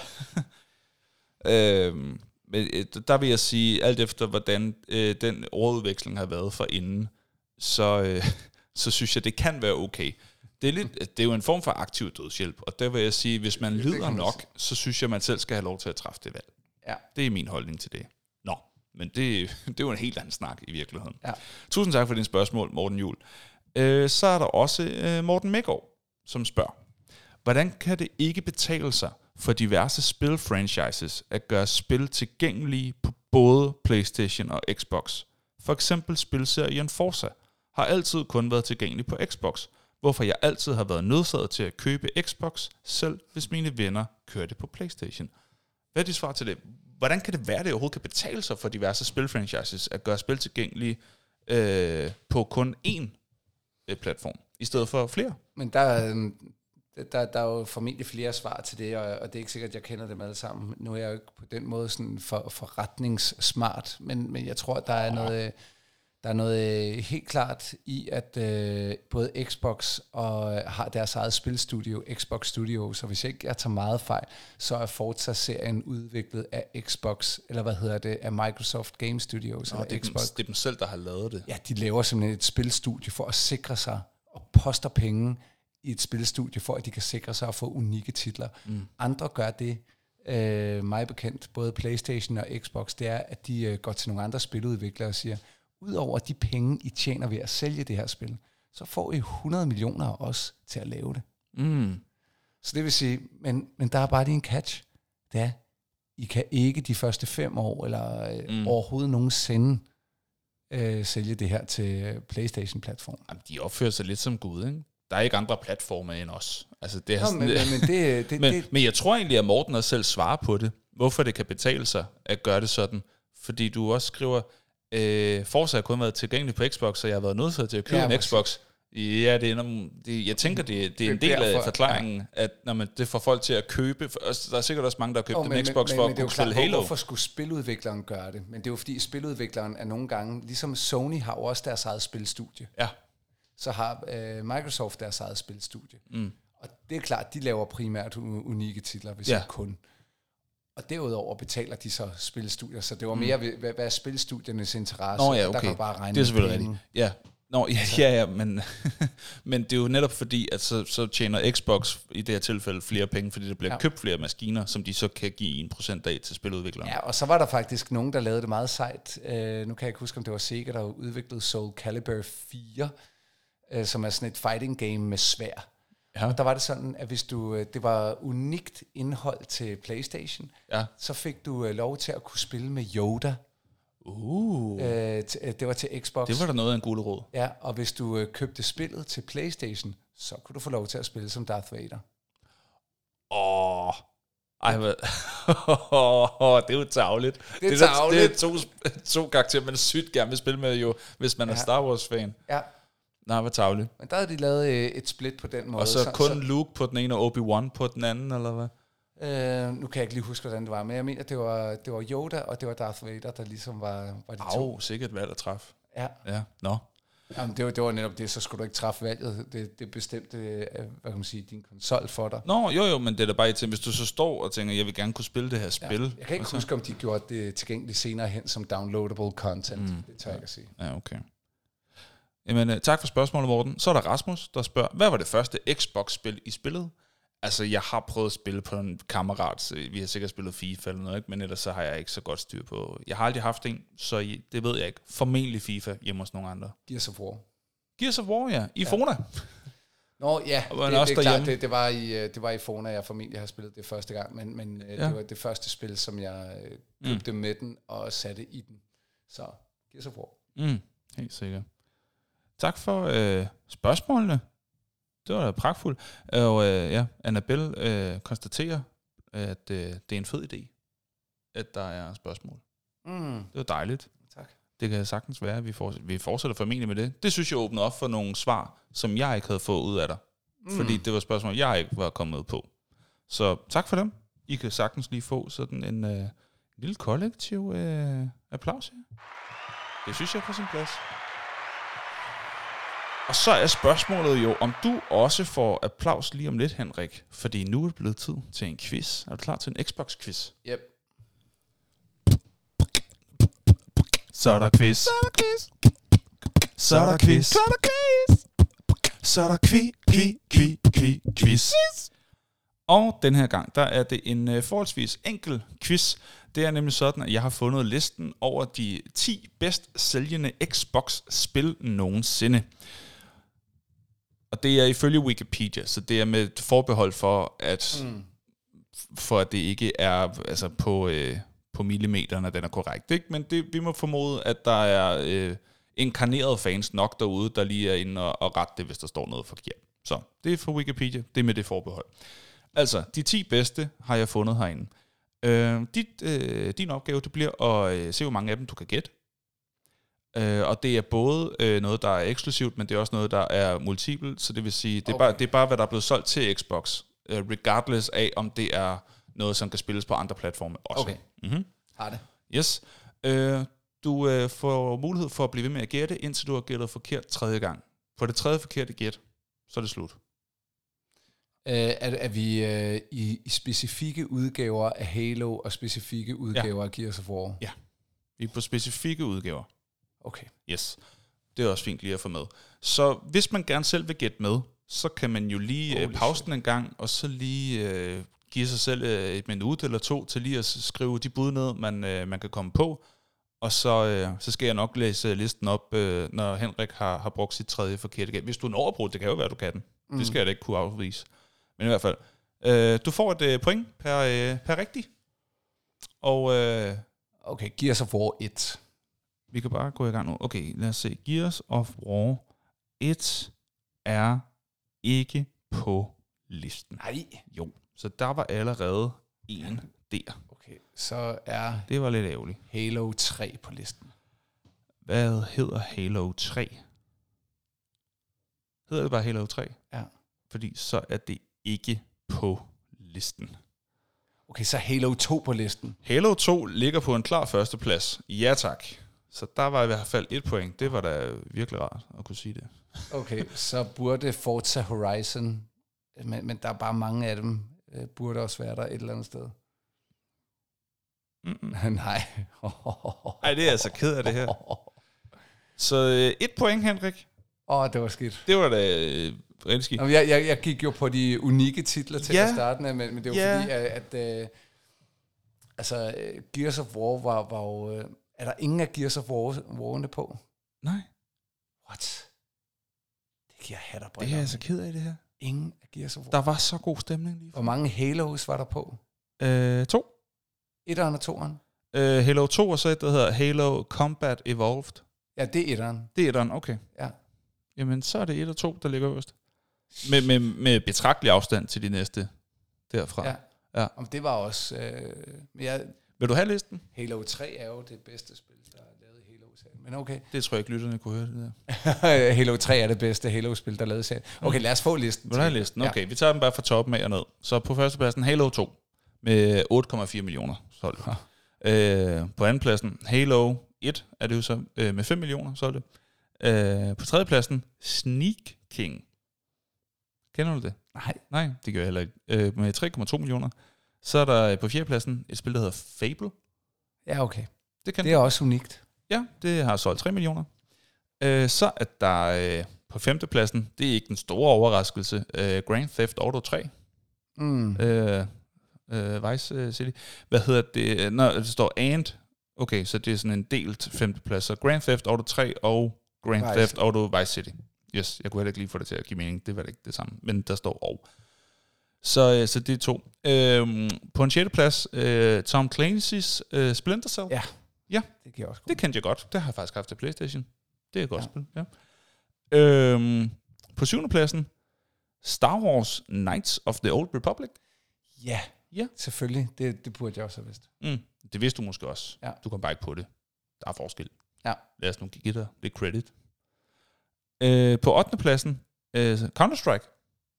øhm, men der vil jeg sige, alt efter hvordan øh, den ordudveksling har været for inden, så, øh, så synes jeg, det kan være okay. Det er, lidt, det er jo en form for aktiv dødshjælp, og der vil jeg sige, hvis man lider nok, så synes jeg, man selv skal have lov til at træffe det valg. Ja. Det er min holdning til det. Nå, men det, det er jo en helt anden snak i virkeligheden. Ja. Tusind tak for din spørgsmål, Morten Juhl. Øh, så er der også øh, Morten Mægaard, som spørger, hvordan kan det ikke betale sig for diverse spil-franchises at gøre spil tilgængelige på både PlayStation og Xbox? For eksempel spilserien Forza har altid kun været tilgængelig på Xbox, hvorfor jeg altid har været nødsaget til at købe Xbox, selv hvis mine venner kørte på PlayStation. Hvad er dit svar til det? Hvordan kan det være, at det overhovedet kan betale sig for diverse spilfranchises at gøre spil tilgængelige øh, på kun én øh, platform, i stedet for flere? Men der, der, der er jo formentlig flere svar til det, og, og det er ikke sikkert, at jeg kender dem alle sammen. Nu er jeg jo ikke på den måde sådan for, forretningssmart, men, men jeg tror, at der er noget... Der er noget helt klart i, at øh, både Xbox og har deres eget spilstudio, Xbox Studio, så hvis jeg ikke jeg tager meget fejl, så er Forza-serien udviklet af Xbox, eller hvad hedder det, af Microsoft Game Studios. Nå, eller det, er Xbox. Dem, det er dem selv, der har lavet det. Ja, de laver simpelthen et spilstudie for at sikre sig, og poster penge i et spilstudie, for at de kan sikre sig at få unikke titler. Mm. Andre gør det, øh, mig bekendt, både PlayStation og Xbox, det er, at de øh, går til nogle andre spiludviklere og siger, udover de penge, I tjener ved at sælge det her spil, så får I hundrede millioner af os til at lave det. Mm. Så det vil sige, men, men der er bare lige en catch. Det er, I kan ikke de første fem år, eller mm. overhovedet nogensinde øh, sælge det her til PlayStation-platform. Jamen, de opfører sig lidt som Gud, ikke? Der er ikke andre platforme end os. Altså, det er Nå, sådan, men, men, det, det, men, det, men jeg tror egentlig, at Morten også selv svarer på det. Hvorfor det kan betale sig at gøre det sådan. Fordi du også skriver, Øh, Forza har kun været tilgængelig på Xbox, så jeg har været nødt til at købe ja, en Xbox. Ja, det er en, det, jeg tænker, det, det er en del af forklaringen, ja. At når man, det får folk til at købe. Der er sikkert også mange, der har købt oh, en men, Xbox men, for men, at kunne spille Halo. Hvorfor skulle spiludvikleren gøre det? Men det er jo fordi, spiludvikleren er nogle gange, ligesom Sony har jo også deres eget spilstudie. Ja. Så har øh, Microsoft deres eget spilstudie. Mm. Og det er klart, de laver primært unikke titler, hvis ja. ikke kun. Og derudover betaler de så spilstudier, så det var mere, mm. hvad, hvad er spilstudiernes interesse? Nå ja, okay. Der kan du bare regne det er selvfølgelig rigtigt. Ja. Nå, ja, ja, ja, men, men det er jo netop fordi, at så, så tjener Xbox i det her tilfælde flere penge, fordi der bliver ja. købt flere maskiner, som de så kan give en procent af til spiludviklerne. Ja, og så var der faktisk nogen, der lavede det meget sejt. Uh, nu kan jeg ikke huske, om det var Sega, der udviklede Soul Calibur fire, uh, som er sådan et fighting game med sværd. Ja. Og der var det sådan, at hvis du, det var unikt indhold til PlayStation, ja. så fik du uh, lov til at kunne spille med Yoda. Uh. Øh, t- det var til Xbox. Det var der noget af en gulerod. Ja, og hvis du øh, købte spillet til PlayStation, så kunne du få lov til at spille som Darth Vader. Åh, ej, hvad? det er jo tarveligt. Det er det, der, tarveligt. det er to, to karakterer, man sygt gerne vil spille med, jo, hvis man ja. er Star Wars-fan. Ja. Nej, hvor tarveligt. Men der havde de lavet øh, et split på den måde. Og så, så kun så, Luke på den ene, og Obi-Wan på den anden, eller hvad? Øh, nu kan jeg ikke lige huske, hvordan det var, men jeg mener, det var, det var Yoda, og det var Darth Vader, der ligesom var, var de Au, to. sikkert valg at træffe. Ja. Ja, nå. Jamen, det var, det var netop det, så skulle du ikke træffe valget. Det, det bestemte, hvad kan man sige, din konsol for dig. Nå, jo jo, men det er da bare til, hvis du så står og tænker, jeg vil gerne kunne spille det her spil. Ja. Jeg kan ikke så huske, om de gjorde det tilgængeligt senere hen som downloadable content. Mm. Det tør jeg ikke at sige. Ja, okay. Jamen, uh, tak for spørgsmålet, Morten. Så er der Rasmus, der spørger, hvad var det første Xbox-spil, I spillede? Altså, jeg har prøvet at spille på en kammerat, så vi har sikkert spillet FIFA eller noget, ikke? Men ellers så har jeg ikke så godt styr på. Jeg har aldrig haft en, så I, det ved jeg ikke. Formentlig FIFA hjemme hos nogle andre. Gears of War. Gears of War, ja. I ja. Fona. Nå, ja, det, det, det er klart, det, det, var i, det var i Fona, jeg formentlig har spillet det første gang, men, men ja. det var det første spil, som jeg købte mm. med den og satte i den. Så, Gears of War. Mm, helt sikkert. Tak for øh, spørgsmålene. Det var da pragtfuldt. Og øh, ja, Annabelle øh, konstaterer, at øh, det er en fed idé, at der er spørgsmål. Mm. Det var dejligt. Tak. Det kan sagtens være, at vi, fortsætter, vi fortsætter formentlig med det. Det synes jeg åbner op for nogle svar, som jeg ikke havde fået ud af dig. Mm. Fordi det var spørgsmål, jeg ikke var kommet på. Så tak for dem. I kan sagtens lige få sådan en øh, lille kollektiv øh, applaus her. Det synes jeg er på sin plads. Og så er spørgsmålet jo, om du også får applaus lige om lidt, Henrik. Fordi nu er det blevet tid til en quiz. Er du klar til en Xbox-quiz? Yep. Så er der quiz. Så er der quiz. Så er der quiz. Så er der quiz. Så er der quiz, quiz, quiz, quiz, quiz. Og den her gang, der er det en uh, forholdsvis enkel quiz. Det er nemlig sådan, at jeg har fundet listen over de ti bedst sælgende Xbox-spil nogensinde. Og det er ifølge Wikipedia, så det er med et forbehold for, at, mm. for at det ikke er altså på, øh, på millimeteren, at den er korrekt. Ikke? Men det, vi må formode, at der er øh, inkarnerede fans nok derude, der lige er inde og, og rette det, hvis der står noget forkert. Så det er fra Wikipedia, det er med det forbehold. Altså, de ti bedste har jeg fundet herinde. Øh, dit, øh, din opgave, det bliver at øh, se, hvor mange af dem du kan gætte. Øh, og det er både øh, noget, der er eksklusivt, men det er også noget, der er multipelt. Så det vil sige, det er, okay. bare, det er bare, hvad der er blevet solgt til Xbox. Øh, regardless af, om det er noget, som kan spilles på andre platforme også. Okay, mm-hmm. har det. Yes. Øh, du øh, får mulighed for at blive ved med at gætte, indtil du har gættet forkert tredje gang. På det tredje forkerte gæt, så er det slut. Uh, er, er vi uh, i, i specifikke udgaver af Halo og specifikke udgaver ja. af Gears of War? Ja, vi er på specifikke udgaver. Okay. Yes, det er også fint lige at få med. Så hvis man gerne selv vil gætte med, så kan man jo lige uh, pause den en gang, og så lige uh, give sig selv uh, et minut eller to til lige at skrive de bud ned, man, uh, man kan komme på. Og så, uh, så skal jeg nok læse listen op, uh, når Henrik har, har brugt sit tredje forkerte gæt. Hvis du er en overbrud, det kan jo være, du kan den. Mm. Det skal jeg da ikke kunne afvise. Men i hvert fald, øh, du får et øh, point per, øh, per rigtig. Og øh, okay, Gears of War et. Vi kan bare gå i gang nu. Okay, lad os se. Gears of War et er ikke på listen. Nej. Jo, så der var allerede en der. Okay, så er det var lidt ærgerligt. Halo tre på listen. Hvad hedder Halo tre? Hedder det bare Halo tre? Ja. Fordi så er det ikke på listen. Okay, så Halo to på listen. Halo to ligger på en klar førsteplads. Ja tak. Så der var i hvert fald et point. Det var da virkelig rart at kunne sige det. Okay, så burde Forza Horizon, men, men der er bare mange af dem, burde også være der et eller andet sted. Nej. Nej, det er altså ked af det her. Så øh, et point, Henrik. Åh, oh, det var skidt. Det var da øh, rigtig skidt. Jeg, jeg, jeg gik jo på de unikke titler til ja. at starte med, men, men det var ja. fordi, at, at øh, altså, Gears of War var, var jo... Øh, er der ingen af Gears of War, War'erne på? Nej. What? Det giver hat og briller. Det er jeg altså ked af det her. Ingen af Gears of War. Der var så god stemning lige. Hvor mange Halos var der på? Øh, to. Etteren og toeren? Øh, Halo to og så et, der hedder Halo Combat Evolved. Ja, det er etteren. Det er etteren, okay. Ja. Jamen, så er det et og to, der ligger øverst. Med, med, med betragtelig afstand til de næste derfra. Ja. Ja. Og det var også... Øh, jeg, Vil du have listen? Halo tre er jo det bedste spil, der er lavet i Halo-serien. Men okay. Det tror jeg ikke, lytterne kunne høre det der. Halo tre er det bedste Halo-spil, der er lavet i serien. Okay, lad os få listen. Vil du have listen? Okay, ja. Vi tager den bare fra toppen af og ned. Så på førstepladsen Halo to med otte komma fire millioner solgte. øh, på andenpladsen Halo et er det jo så øh, med fem millioner solgte. Øh, på tredjepladsen Sneak King. Kender du det? Nej. Nej, det gør jeg heller ikke. Øh, med tre komma to millioner. Så er der på fjerdepladsen et spil, der hedder Fable. Ja, okay. Det, kan det er du. Også unikt. Ja, det har solgt tre millioner. Øh, så er der øh, på femtepladsen, det er ikke den store overraskelse, øh, Grand Theft Auto tre. Mm. Øh, øh, Vice City. Hvad hedder det? Når det står and. Okay, så det er sådan en delt femteplads. Så Grand Theft Auto tre og Grand Vice. Theft Auto Vice City. Yes, jeg kunne heller ikke lige få det til at give mening. Det var det ikke det samme. Men der står og. Så, så det er to. Øhm, på en sjette plads, øh, Tom Clancy's øh, Splinter Cell. Ja, ja. Det, giver også det kendte jeg godt. Det har jeg faktisk haft til PlayStation. Det er et godt ja. spil. Ja. Øhm, på syvende pladsen, Star Wars Knights of the Old Republic. Ja, ja. Selvfølgelig. Det, det burde jeg også have vidst. Mm, det vidste du måske også. Ja. Du kom bare ikke på det. Der er forskel. Ja. Lad os nu give dig lidt credit. Øh, på ottende pladsen, øh, Counter-Strike.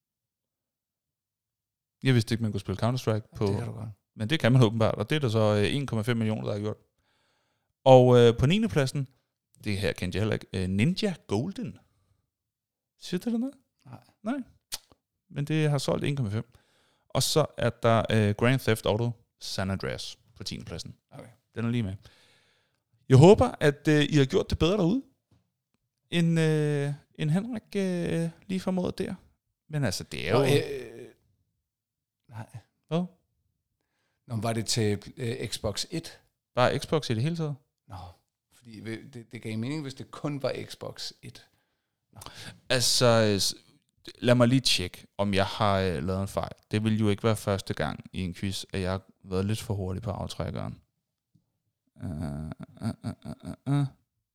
Jeg vidste ikke, man kunne spille Counter-Strike på... Det kan du godt. Men det kan man åbenbart, og det er der så en komma fem millioner, der har gjort. Og øh, på niende pladsen, det her kendte jeg heller ikke, øh, Ninja Golden. Siger det der noget? Nej. Nej. Men det har solgt en komma fem. Og så er der øh, Grand Theft Auto San Andreas på tiende pladsen. Okay. Den er lige med. Jeg håber, at øh, I har gjort det bedre derude, end, øh, end Henrik øh, lige formåede der. Men altså, det er jo... Nå, øh, nej. Hvad? Nå, var det til øh, Xbox et? Bare Xbox i det hele taget? Nå, fordi det, det gav mening, hvis det kun var Xbox et. Nå. Altså, lad mig lige tjekke, om jeg har øh, lavet en fejl. Det vil jo ikke være første gang i en quiz, at jeg har været lidt for hurtig på aftrækkeren. Uh, uh, uh, uh, uh.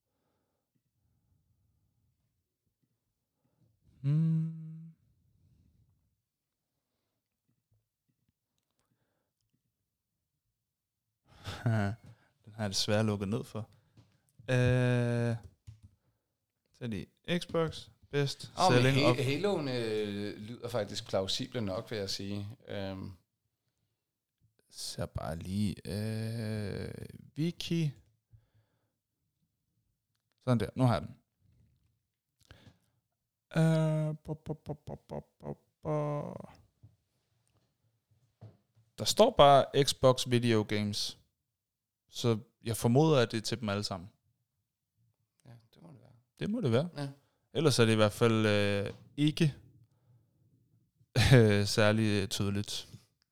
Hmm. Den har jeg desværre lukket ned for. Uh, så lige Xbox best oh, selling men of... Halo'en øh, lyder faktisk plausible nok, vil jeg sige. Um. Så bare lige øh, wiki. Sådan der, nu har jeg den. Uh, bo, bo, bo, bo, bo, bo. Der står bare Xbox Video Games. Så jeg formoder, at det er til dem alle sammen. Ja, det må det være. Det må det være. Ja. Ellers er det i hvert fald øh, ikke øh, særlig tydeligt.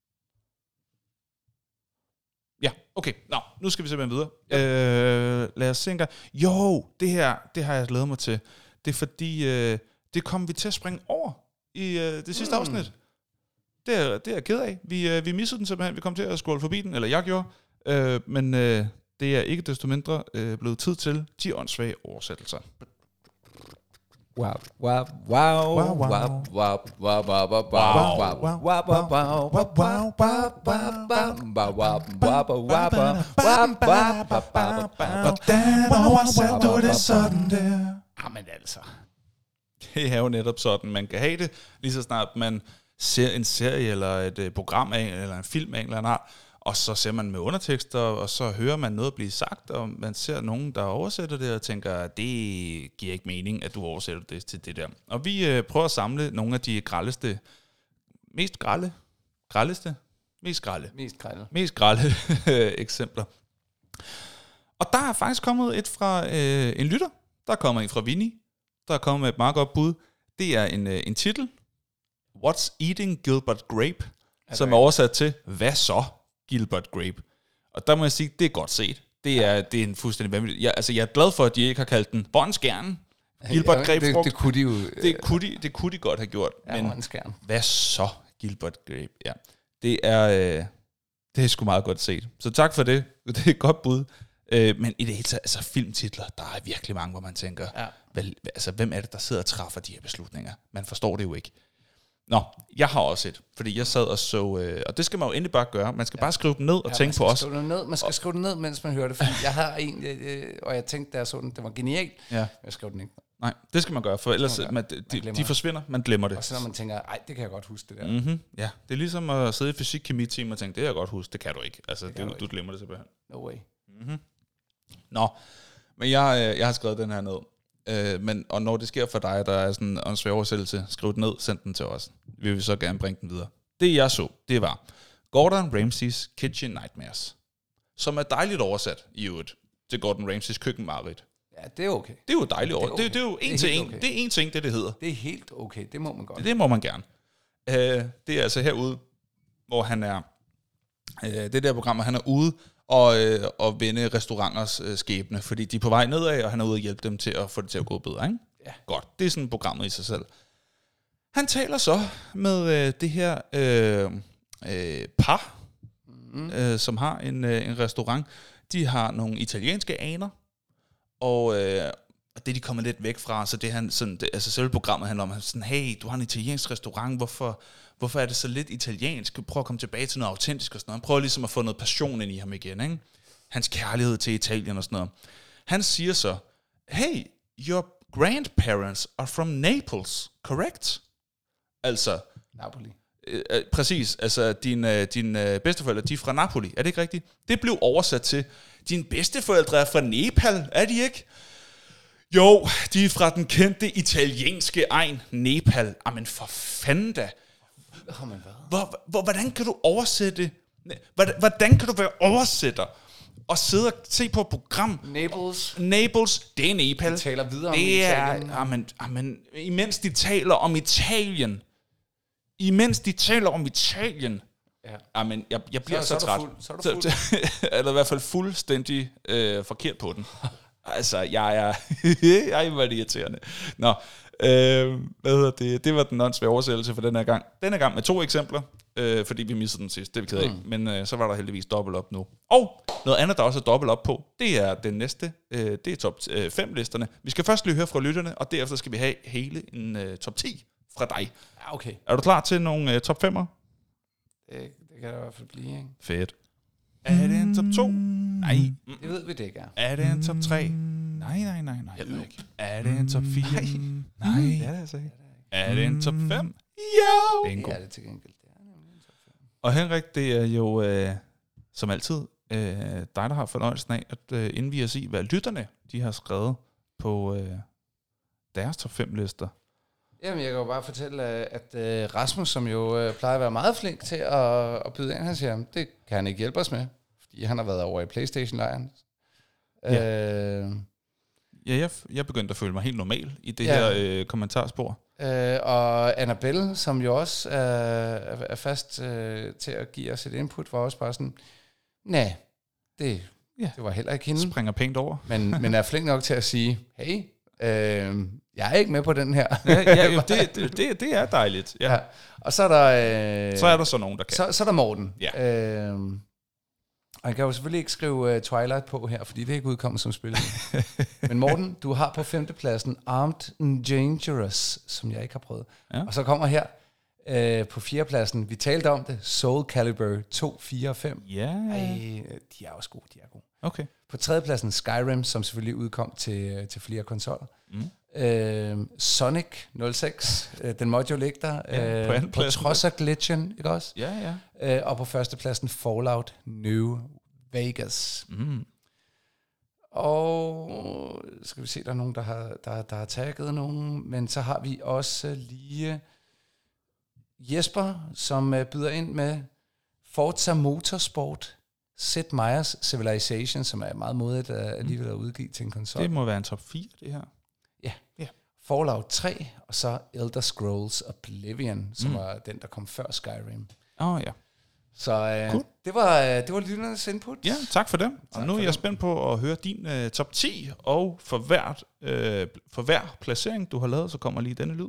Ja, okay. Nå, nu skal vi simpelthen videre. Ja. Øh, lad os se en gang. Jo, det her, det har jeg glædet mig til. Det er fordi, øh, det kommer vi til at springe over i øh, det sidste mm. afsnit. Det er, det er jeg ked af. Vi, øh, vi missede den simpelthen. Vi kom til at scrolle forbi den, eller jeg gjorde. Øh, men øh, det er ikke desto mindre øh, blevet tid til de åndssvage oversættelser. Wow, wow, wow, wow, wow, wow, wow, wow, wow, Hvordan du det sådan der? Jamen altså. Det er jo netop sådan, man kan have det, lige så snart man ser en serie, eller et program af, eller en film af en eller anden art, og så ser man med undertekster, og så hører man noget blive sagt, og man ser nogen, der oversætter det, og tænker, det giver ikke mening, at du oversætter det til det der. Og vi øh, prøver at samle nogle af de grældeste, mest grælde, grældeste, mest grælde, mest grælde, mest grælde eksempler. Og der er faktisk kommet et fra øh, en lytter, der kommer en fra Vinnie, der er kommet med et meget godt bud. Det er en, øh, en titel, What's Eating Gilbert Grape, er som er oversat til, hvad så Gilbert Grape? Og der må jeg sige, det er godt set. Det er, det er en fuldstændig vanvittig. Jeg, altså, jeg er glad for, at de ikke har kaldt den Båndskærnen. Gilbert ja, Grape. Det, det kunne de jo. Det kunne de, det kunne de godt have gjort. Ja, men hvad så Gilbert Grape? Ja. Det er, øh, det er sgu meget godt set. Så tak for det. Det er et godt bud. Øh, men i det hele taget, altså filmtitler, der er virkelig mange, hvor man tænker, ja. vel, altså, hvem er det, der sidder og træffer de her beslutninger? Man forstår det jo ikke. Nå, jeg har også et, fordi jeg sad og så, øh, og det skal man jo endelig bare gøre. Man skal ja. bare skrive den ned og ja, tænke på os. Skrive den ned. Man skal og, skrive den ned, mens man hører det, fordi jeg har en, øh, og jeg tænkte, da jeg så den, det var genialt. Ja. Jeg skrev den ikke. Nej, det skal man gøre, for ellers man, de, man de forsvinder, man glemmer det. Og så når man tænker, ej, det kan jeg godt huske det der. Mm-hmm. Ja, det er ligesom at sidde i fysik-kemi-team og tænke, det kan jeg godt huske, det kan du ikke. Altså, det det, du, du glemmer det simpelthen. No way. Mm-hmm. Nå, men jeg, jeg har skrevet den her ned. Øh, men, og når det sker for dig, der er sådan en svær oversættelse, skriv den ned, send den til os. Vi vil så gerne bringe den videre. Det jeg så, det var Gordon Ramsays Kitchen Nightmares, som er dejligt oversat i øvrigt til Gordon Ramsays køkkenmareridt. Ja, det er okay. Det er jo dejligt over. Det, okay. det, det er jo en til en. Okay. Det er en ting, det det hedder. Det er helt okay. Det må man godt. Det, det må man gerne. Uh, det er altså herude, hvor han er. Uh, det der program, hvor han er ude og, uh, og vende restauranters uh, skæbne, fordi de er på vej nedad, og han er ude og hjælpe dem til at få det til at gå bedre, ikke? Ja. Godt. Det er sådan programmet i sig selv. Han taler så med uh, det her uh, uh, par, mm. uh, som har en, uh, en restaurant. De har nogle italienske aner. Og øh, det er de kommet lidt væk fra, så det han sådan, det, altså selve programmet handler om, sådan, hey, du har en italiensk restaurant, hvorfor, hvorfor er det så lidt italiensk? Prøv at komme tilbage til noget autentisk og sådan noget. Han prøver ligesom at få noget passion ind i ham igen, ikke? Hans kærlighed til Italien og sådan noget. Han siger så, hey, your grandparents are from Naples, correct? Altså... Napoli. Øh, øh, præcis, altså dine din, øh, bedsteforældre, de er fra Napoli, er det ikke rigtigt? Det blev oversat til, dine bedsteforældre er fra Nepal, er de ikke? Jo, de er fra den kendte italienske egen Nepal. Jamen for fanden da. Hvor, hvor, hvordan kan du oversætte, hvordan, hvordan kan du være oversætter og sidde og se på et program? Naples. Naples, det er Nepal. De taler videre det om Italien. Er, amen, amen, imens de taler om Italien, imens de taler om Italien, ja. Amen, jeg, jeg bliver så, så, så træt. Fuld, så er du fuld. Eller i hvert fald fuldstændig øh, forkert på den. Altså, jeg er... jeg er meget irriterende. Nå, øh, hvad hedder det? Det var den åndsvære oversættelse for den her gang. Den her gang med to eksempler, øh, fordi vi missede den sidst. Det er vi ked af. Mm. Men øh, så var der heldigvis dobbelt op nu. Og noget andet, der også er dobbelt op på, det er den næste. Øh, det er top fem listerne. Vi skal først lige høre fra lytterne, og derefter skal vi have hele en øh, top ti fra dig. Ja, okay. Er du klar til nogle øh, top femmer? Det, det kan der i hvert fald blive, ikke? Fedt. Er det en top to? Nej. Det ved vi det ikke er. Er det en top tre? Nej, nej, nej, nej. Jeg ved ikke. Er det en top fire? Nej. Nej. Det er det altså ikke. Er det en top fem? Jo! Bingo. Det er det til gengæld. Det er nemlig en top fem. Og Henrik, det er jo øh, som altid øh, dig, der har fornøjelsen af at øh, indvige os i, hvad lytterne de har skrevet på øh, deres top fem lister. Jamen, jeg kan jo bare fortælle, at uh, Rasmus, som jo uh, plejer at være meget flink til at, at byde ind, han siger, det kan han ikke hjælpe os med, fordi han har været over i PlayStation-lejren. Ja, uh, ja jeg, jeg begyndte at føle mig helt normal i det ja. her uh, kommentarspor. Uh, og Annabelle, som jo også uh, er, er fast uh, til at give os et input, var også bare sådan, nej, det, ja. det var heller ikke hende. Springer pænt over. men, men er flink nok til at sige, hey, Øh, jeg er ikke med på den her. ja, ja, det, det, det, det er dejligt. Ja. Ja. Og så er der... Øh, så er der så nogen, der kan. Så, så er der Morten. Ja. Øh, og jeg kan jo selvfølgelig ikke skrive uh, Twilight på her, fordi det er ikke udkommet som spil. Men Morten, du har på femtepladsen Armed and Dangerous, som jeg ikke har prøvet. Ja. Og så kommer her øh, på fjerdepladsen, vi talte om det, Soul Calibur to, fire og fem. Ja. Ej, de er også gode, de er gode. Okay. På tredjepladsen Skyrim, som selvfølgelig udkom til, til flere konsoller. Mm. Øh, Sonic nul seks, øh, den måtte jo ligge der, ja, øh, på, på trods af glitchen, ikke også? Ja, ja. Øh, og på førstepladsen Fallout New Vegas. Mm. Og skal vi se, der er nogen, der har, der, der har tagget nogen, men så har vi også lige Jesper, som øh, byder ind med Forza Motorsport, Sid Meier's Civilization, som er meget modigt at alligevel at udgive til en konsol. Det må være en top fire, det her. Ja. ja. Fallout tre, og så Elder Scrolls Oblivion, som mm. var den, der kom før Skyrim. Åh oh, ja. Så øh, cool. det var det var lytternes input. Ja, tak for det. Og tak nu er jeg dem. spændt på at høre din uh, top ti, og for, hvert, uh, for hver placering, du har lavet, så kommer lige denne lyd.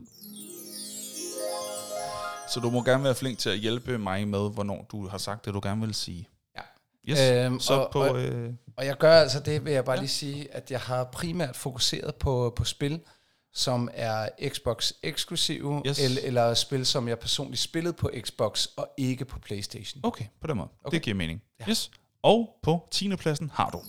Så du må gerne være flink til at hjælpe mig med, hvornår du har sagt det, du gerne vil sige. Yes, øhm, så og, på, og, øh, og jeg gør altså det, vil jeg bare ja. lige sige, at jeg har primært fokuseret på, på spil, som er Xbox-eksklusive, Yes. eller, eller spil, som jeg personligt spillede på Xbox, og ikke på PlayStation. Okay, på den måde. Okay. Det giver mening. Ja. Yes. Og på tiende pladsen har du.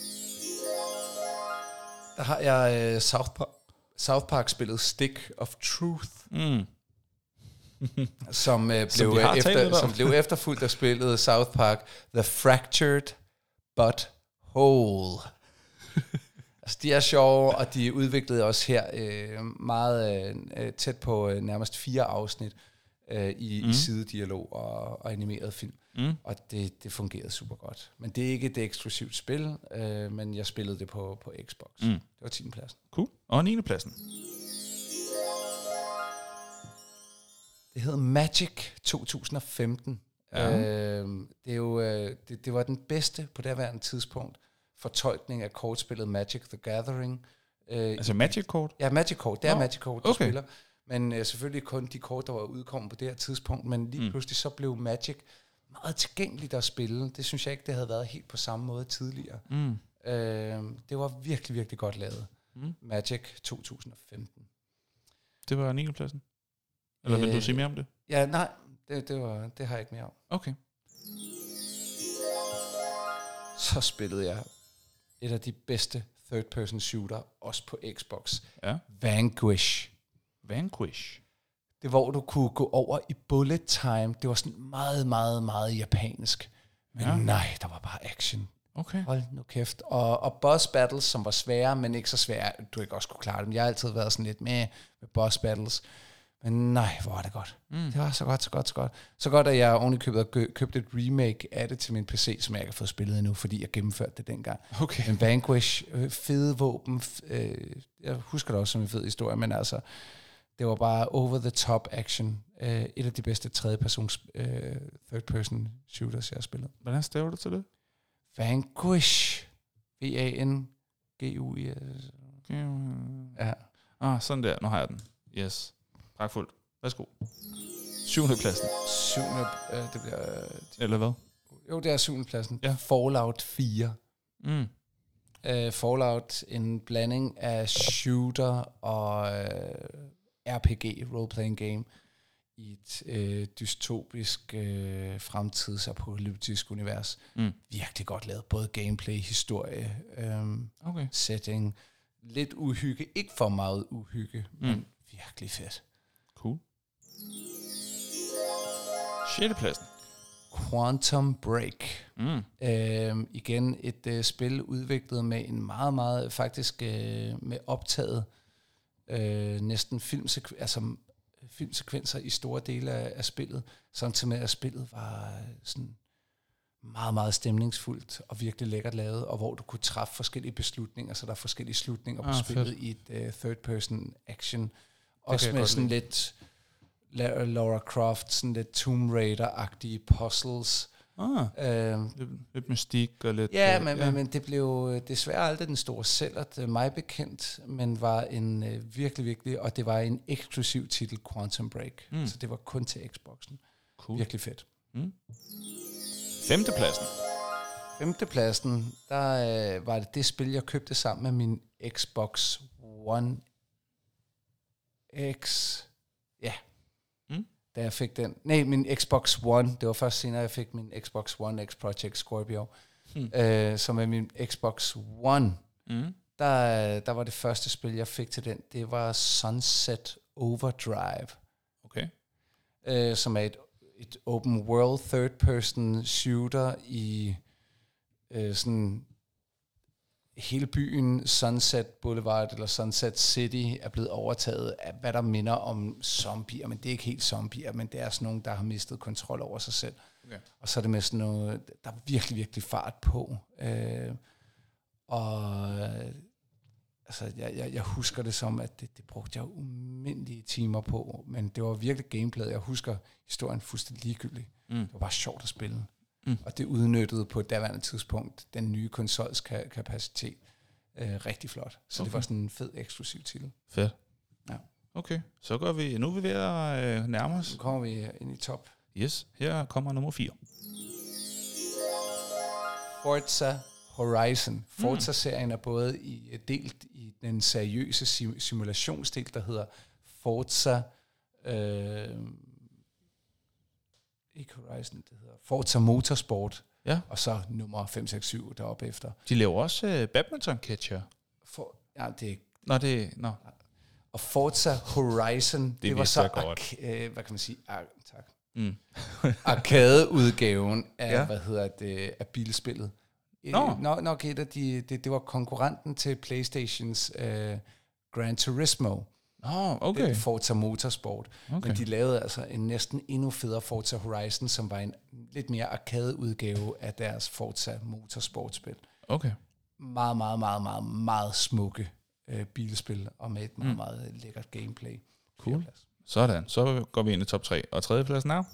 Der har jeg uh, South, Park, South Park-spillet Stick of Truth, Mm. som, uh, blev, Som vi har talt lidt efter, om. som blev efterfulgt af spillet South Park The Fractured But Whole. Altså, de er sjove, og de udviklede også her øh, meget øh, tæt på øh, nærmest fire afsnit øh, i, mm. i sidedialog og, og animeret film. Mm. Og det, det fungerede super godt. Men det er ikke et eksklusivt spil, øh, men jeg spillede det på, på Xbox. Mm. Det var tiende pladsen. Cool. Og niende pladsen. Det hed Magic to tusind og femten. Ja. Øh, det, er jo, øh, det, det var den bedste på daværende tidspunkt fortolkning af kortspillet Magic the Gathering. Øh, Altså Magic-kort? Ja, Magic-kort. Det er Nå, Magic-kort, du okay. spiller. Men øh, selvfølgelig kun de kort, der var udkommet på det her tidspunkt. Men lige Mm. pludselig så blev Magic meget tilgængeligt at spille. Det synes jeg ikke, det havde været helt på samme måde tidligere. Mm. Øh, det var virkelig, virkelig godt lavet. Mm. Magic to tusind og femten. Det var niende pladsen? Eller vil Øh, du sige mere om det? Ja, nej, det, det, var, det har jeg ikke mere om. Okay. Så spillede jeg et af de bedste third-person shooter, også på Xbox. Ja. Vanquish. Vanquish. Det var, hvor du kunne gå over i bullet time. Det var sådan meget, meget, meget japansk. Men Ja. ja. nej, der var bare action. Okay. Hold nu kæft. Og, og boss battles, som var svære, men ikke så svære, du ikke også kunne klare dem. Jeg har altid været sådan lidt med, med boss battles. Men nej, hvor var det godt. Mm. Det var så godt, så godt, så godt. Så godt, at jeg ovenikøbet købte købt et remake af det til min P C, som jeg ikke har fået spillet endnu, fordi jeg gennemførte det dengang. Okay. Men Vanquish, øh, fede våben, f- øh, jeg husker det også som en fed historie, men altså, det var bare over the top action. Øh, et af de bedste tredjepersons øh, third person shooters, jeg har spillet. Hvordan staver du til det? Vanquish. V A N G U I. Ja. Ah, sådan der. Nu har jeg den. Yes. Pragtfuldt. Værsgo. Syvende pladsen. Syvende, øh, det bliver... Øh, Eller hvad? jo, det er syvende pladsen. Ja. Fallout fire. Mm. Uh, Fallout, en blanding af shooter og uh, R P G, role-playing game, i et uh, dystopisk uh, fremtidsapokalyptisk univers. Mm. Virkelig godt lavet. Både gameplay, historie, um, Okay. setting, lidt uhygge. Ikke for meget uhygge, mm. men virkelig fedt. Cool. Sjette pladsen. Quantum Break. Mm. Øhm, igen et øh, spil udviklet med en meget, meget faktisk øh, med optaget øh, næsten filmsekv- altså, filmsekvenser i store dele af, af spillet, samtidig med at spillet var øh, sådan meget, meget stemningsfuldt og virkelig lækkert lavet, og hvor du kunne træffe forskellige beslutninger, så der er forskellige slutninger på Ah, spillet fedt. i et øh, third person action. kan Også jeg med godt sådan lide. lidt La- Lara Croft, sådan lidt Tomb Raider-agtige puzzles. Ah, Øhm, lidt, lidt mystik og lidt... Ja, øh, men, men, men det blev øh, desværre aldrig den store sælgert, øh, mig bekendt, men var en øh, virkelig, virkelig, og det var en eksklusiv titel, Quantum Break. Mm. Mm. Så det var kun til Xboxen. Cool. Virkelig fedt. Mm. Femte pladsen. Femtepladsen, der øh, var det det spil, jeg købte sammen med min Xbox One X. Ja. Mm. Da jeg fik den. Nej, min Xbox One. Det var først senere, jeg fik min Xbox One X Project Scorpio. Mm. Øh, som er min Xbox One. Mm. Der, der var det første spil, jeg fik til den. Det var Sunset Overdrive. Okay. Øh, som er et, et open world third person shooter i øh, sådan hele byen Sunset Boulevard eller Sunset City er blevet overtaget af, hvad der minder om zombier, men det er ikke helt zombier, men det er sådan nogen, der har mistet kontrol over sig selv. Okay. Og så er det med sådan noget, der er virkelig, virkelig fart på. Øh, og øh, altså, jeg, jeg, jeg husker det som, at det, det brugte jeg umindelige timer på, men det var virkelig gameplayet. Jeg husker historien fuldstændig ligegyldigt. Mm. Det var bare sjovt at spille. Mm. Og det udnyttede på et daværende tidspunkt den nye konsols ka- kapacitet øh, rigtig flot. Så okay. Det var sådan en fed eksklusiv titel. Fedt. Ja. Okay, så går vi, nu er vi ved at øh, nærme os. Så kommer vi ind i top. Yes, her kommer nummer fire. Forza Horizon. Forza-serien er både i, delt i den seriøse sim- simulationsdel, der hedder Forza... Øh, ikke Horizon, det hedder Forza Motorsport. Ja. Og så nummer fem, seks, syv deroppe efter. De laver også øh, badminton catcher. For, ja, det er Nå, det nå. Og Forza Horizon, det, det var så, ark- øh, hvad kan man sige, ar- tak. Mm. arcade-udgaven af, Ja. hvad hedder det, af bilspillet. Nå. Øh, nok, nok et af de, det, det var konkurrenten til PlayStations øh, Gran Turismo. Nå, okay. Det Forza Motorsport. Okay. Men de lavede altså en næsten endnu federe Forza Horizon, som var en lidt mere arcade-udgave af deres Forza Motorsport-spil. Okay. Meget, meget, meget, meget, meget smukke øh, bilspil, og med et meget, Mm. meget lækkert gameplay. Cool. Fjerdeplads. Sådan, så går vi ind i top tre. Og tredjepladsen er?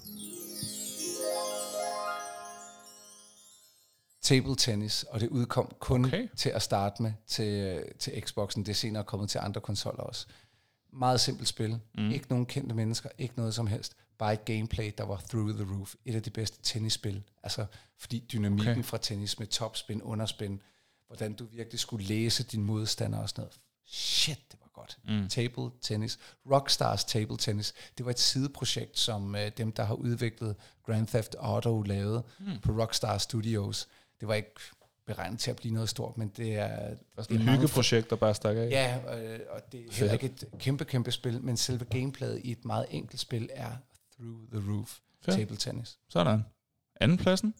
Table tennis, og det udkom kun Okay. til at starte med til, til Xboxen. Det er senere kommet til andre konsoller også. Meget simpelt spil. Mm. Ikke nogen kendte mennesker, ikke noget som helst. Bare et gameplay, der var through the roof. Et af de bedste tennisspil. Altså, fordi dynamikken Okay. fra tennis med topspin, underspin, hvordan du virkelig skulle læse din modstander og sådan noget. Shit, det var godt. Mm. Table tennis. Rockstars Table Tennis. Det var et sideprojekt, som øh, dem, der har udviklet Grand Theft Auto, lavede mm. på Rockstar Studios. Det var ikke beregnet til at blive noget stort, men det er... Det er det sådan et mange hyggeprojekt, der bare stakker af. Ja, øh, og det er heller ikke et kæmpe, kæmpe spil, men selve gameplayet i et meget enkelt spil er through the roof. Fedt. Table tennis. Sådan. Andenpladsen?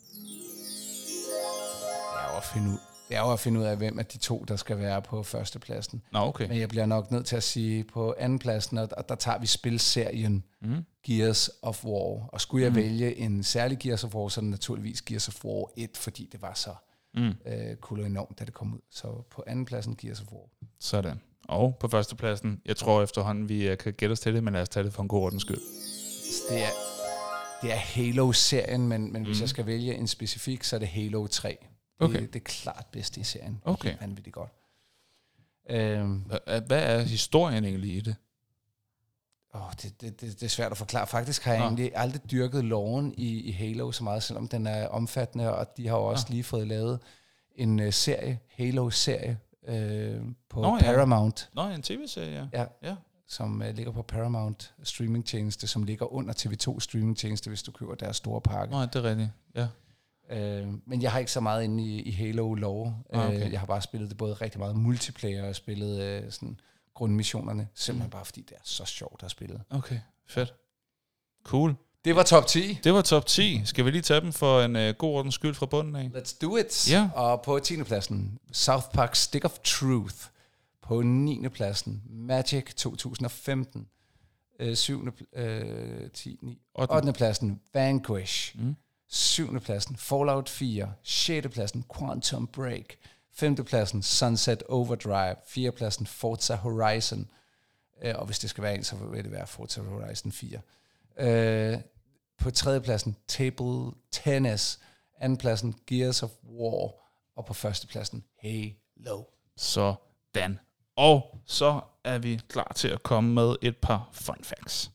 Det er jo at finde ud, det er jo at finde ud af, hvem af de to, der skal være på førstepladsen. Nå, okay. Men jeg bliver nok nødt til at sige, på andenpladsen, og der, der tager vi spilserien Mm. Gears of War. Og skulle jeg mm. vælge en særlig Gears of War, så er det naturligvis Gears of War et, fordi det var så Mm. øh, cool og enormt, da det kom ud. Så på andenpladsen Gears of War. Sådan. Og på førstepladsen, jeg tror efterhånden, vi uh, kan gætte os til det, men lad os tage det for en god ordens skyld. Det er, det er Halo-serien, men, men mm. hvis Mhm. jeg skal vælge en specifik, så er det Halo tre. Okay. Det, det er klart bedste i serien. Okay. Helt vanvittigt godt. Øhm, Hva- Hvad er historien egentlig i det? åh, det, det, det, det er svært at forklare. Faktisk har jeg Nå. egentlig aldrig dyrket loven i, i Halo så meget, selvom den er omfattende, og de har jo også Nå. lige fået lavet en uh, serie, Halo-serie, øh, på Nå, ja. Paramount, Nå, en tv-serie, ja. ja, Ja. som uh, ligger på Paramount streamingtjeneste, som ligger under T V to streamingtjeneste, hvis du køber deres store pakke. Nå, det er rigtigt. Ja. Øh, men jeg har ikke så meget inde i, i Halo-lore. Ah, okay. Øh, jeg har bare spillet det både rigtig meget multiplayer og spillet øh, sådan grundmissionerne, simpelthen bare fordi det er så sjovt at spille. Okay, fedt. Cool. Det var top ti. Det var top ti. Skal vi lige tage dem for en uh, god ordens skyld fra bunden af? Let's do it. Ja. Og på tiende pladsen, South Park Stick of Truth. På niende pladsen, Magic to tusind og femten. Øh, syvende, øh, ti, ni. Ottende. ottende pladsen, Vanquish. Mm. syvende pladsen, Fallout fire. sjette pladsen, Quantum Break. femte pladsen, Sunset Overdrive. fjerde pladsen, Forza Horizon. Øh, og hvis det skal være en, så vil det være Forza Horizon fire. Øh, på tredje pladsen, Table Tennis. anden pladsen, Gears of War. Og på første pladsen, Halo. Sådan. Og så er vi klar til at komme med et par fun facts.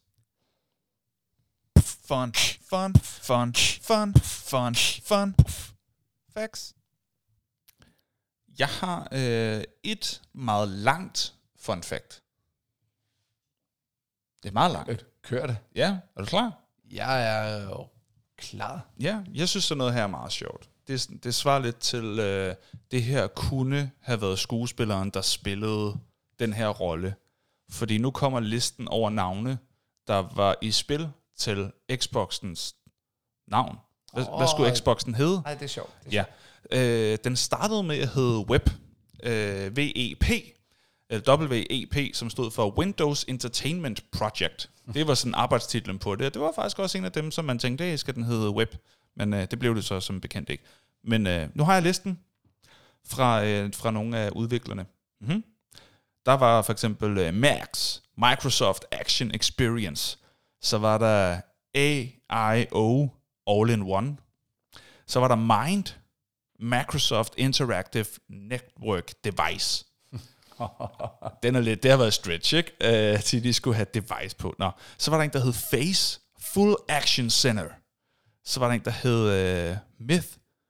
Fun, fun, fun, fun, fun, fun. Facts. Jeg har øh, et meget langt fun fact. Det er meget langt. Kør det. Ja, er du klar? Jeg er jo klar. Ja, jeg synes, sådan noget her er meget sjovt. Det, det svarer lidt til, øh, det her kunne have været skuespilleren, der spillede den her rolle. Fordi nu kommer listen over navne, der var i spil til Xboxens navn. Hvad, oh, hvad skulle Xboxen hedde? Nej, det er sjovt. Det er Ja, øh, den startede med at hedde Web, øh, V E P, eller W E P, som stod for Windows Entertainment Project. Det var sådan arbejdstitlen på det. Det var faktisk også en af dem, som man tænkte, hey, skal den hedde Web? Men øh, det blev det så som bekendt ikke. Men øh, nu har jeg listen fra, øh, fra nogle af udviklerne. Mm-hmm. Der var for eksempel øh, Max, Microsoft Action Experience. Så var der A I O, All in One. Så var der Mind, Microsoft Interactive Network Device. Den er lidt, det har været stretch, ikke? Uh, til de skulle have device på. Nå. Så var der en, der hed Face, Full Action Center. Så var der en, der hed uh, Myth,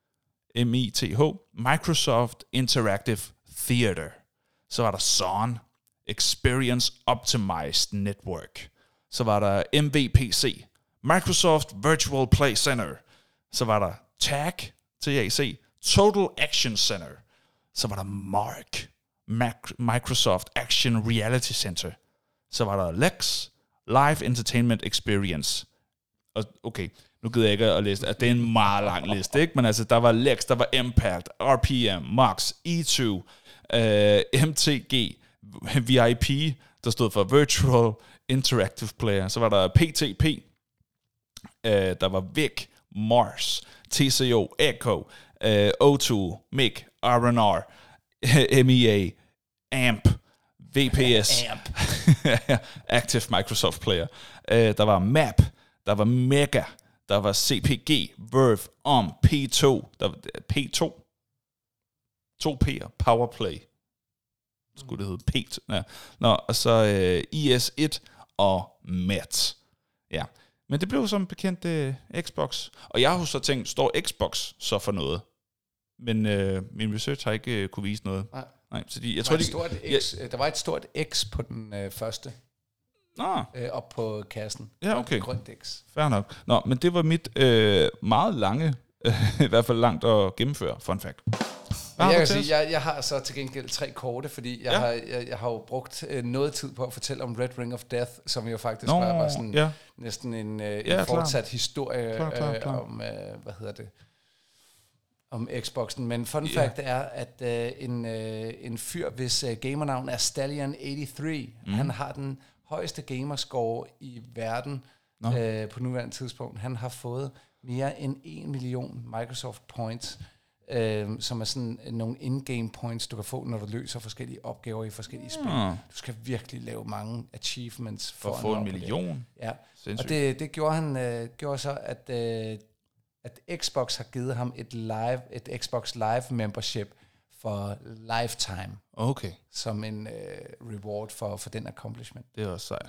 M I T H, Microsoft Interactive Theater. Så var der S O N, Experience Optimized Network. Så var der M V P C, Microsoft Virtual Play Center. Så var der T A C, T A C, Total Action Center. Så var der Mark, Mac- Microsoft Action Reality Center. Så var der Lex, Live Entertainment Experience. Og okay, nu gider jeg ikke at læse, at det er en meget lang liste, ikke? Men altså, der var Lex, der var Impact, R P M, Max, E to, uh, M T G, V I P, der stod for Virtual Interactive Player. Så var der P T P, uh, der var V I C, Mars, T C O, Echo, uh, O to, M I C, R N R, M E A, A M P, V P S, A M P. Active Microsoft Player. Uh, der var M A P, der var Mega, der var C P G, Verve, O M, P to, der var P to, to P'er, Powerplay, skulle det hedde P to, ja. Nå, og så uh, I S et og M A T. Ja, men det blev som bekendt uh, Xbox, og jeg har så tænkt, står Xbox så for noget? Men uh, min research har ikke uh, kunne vise noget. Nej. Nej, så de, jeg der, tror, var de, stort X, ja. Der var et stort X på den øh, første. Nå. Øh, op på kassen. Ja, okay. Grønt X. Fair nok. Nå, men det var mit øh, meget lange, øh, i hvert fald langt at gennemføre, fun fact. Jeg, kan sige, jeg, jeg har så til gengæld tre korte, fordi jeg, ja. har, jeg, jeg har jo brugt øh, noget tid på at fortælle om Red Ring of Death, som jo faktisk Nå, var, var sådan ja. næsten en, øh, en ja, fortsat klar. historie klar, klar, klar. Øh, om, øh, hvad hedder det, om Xboxen. Men fun yeah. fact er, at øh, en, øh, en fyr, hvis øh, gamernavn er Stallion otteogtredive, mm. han har den højeste gamerscore i verden no. øh, på nuværende tidspunkt. Han har fået mere end en million Microsoft points, øh, som er sådan nogle in-game points, du kan få, når du løser forskellige opgaver i forskellige spil. Mm. Du skal virkelig lave mange achievements for, for at få en million. Ja, sindssygt. og det, det gjorde han øh, gjorde så, at øh, at Xbox har givet ham et live, et Xbox Live membership for lifetime. Okay. Som en øh, reward for, for den accomplishment. Det er også sejt.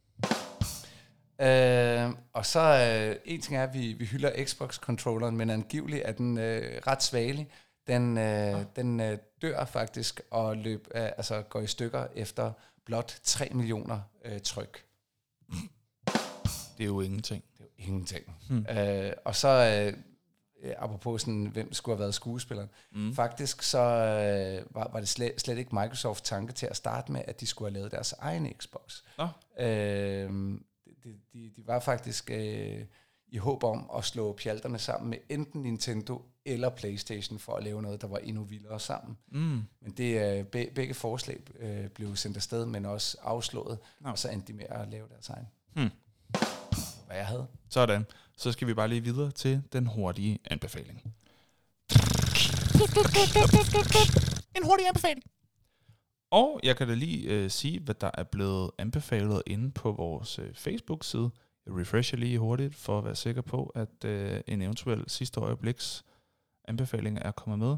Øh, og så øh, en ting er, at vi, vi hylder Xbox-controlleren, men angiveligt er den øh, ret svagelig. Den, øh, ah. den øh, dør faktisk og løb, øh, altså går i stykker efter blot tre millioner øh, tryk. Det er jo ingenting. Det er jo ingenting. Hmm. Øh, og så, øh, apropos sådan, hvem skulle have været skuespilleren, mm. faktisk så øh, var, var det slet, slet ikke Microsoft tanke til at starte med, at de skulle have lavet deres egen Xbox. Oh. Øh, de, de, de var faktisk øh, i håb om at slå pjalterne sammen med enten Nintendo eller PlayStation for at lave noget, der var endnu vildere sammen. Mm. Men det, øh, be, begge forslag øh, blev sendt afsted, men også afslået, no. og så endte de med at lave deres egen. Hmm. Hvad jeg havde. Sådan. Så skal vi bare lige videre til den hurtige anbefaling. En hurtig anbefaling. Og jeg kan da lige øh, sige, hvad der er blevet anbefalet inde på vores øh, Facebook-side. Jeg refresher lige hurtigt for at være sikker på, at øh, en eventuel sidste øjebliks anbefaling er kommet med.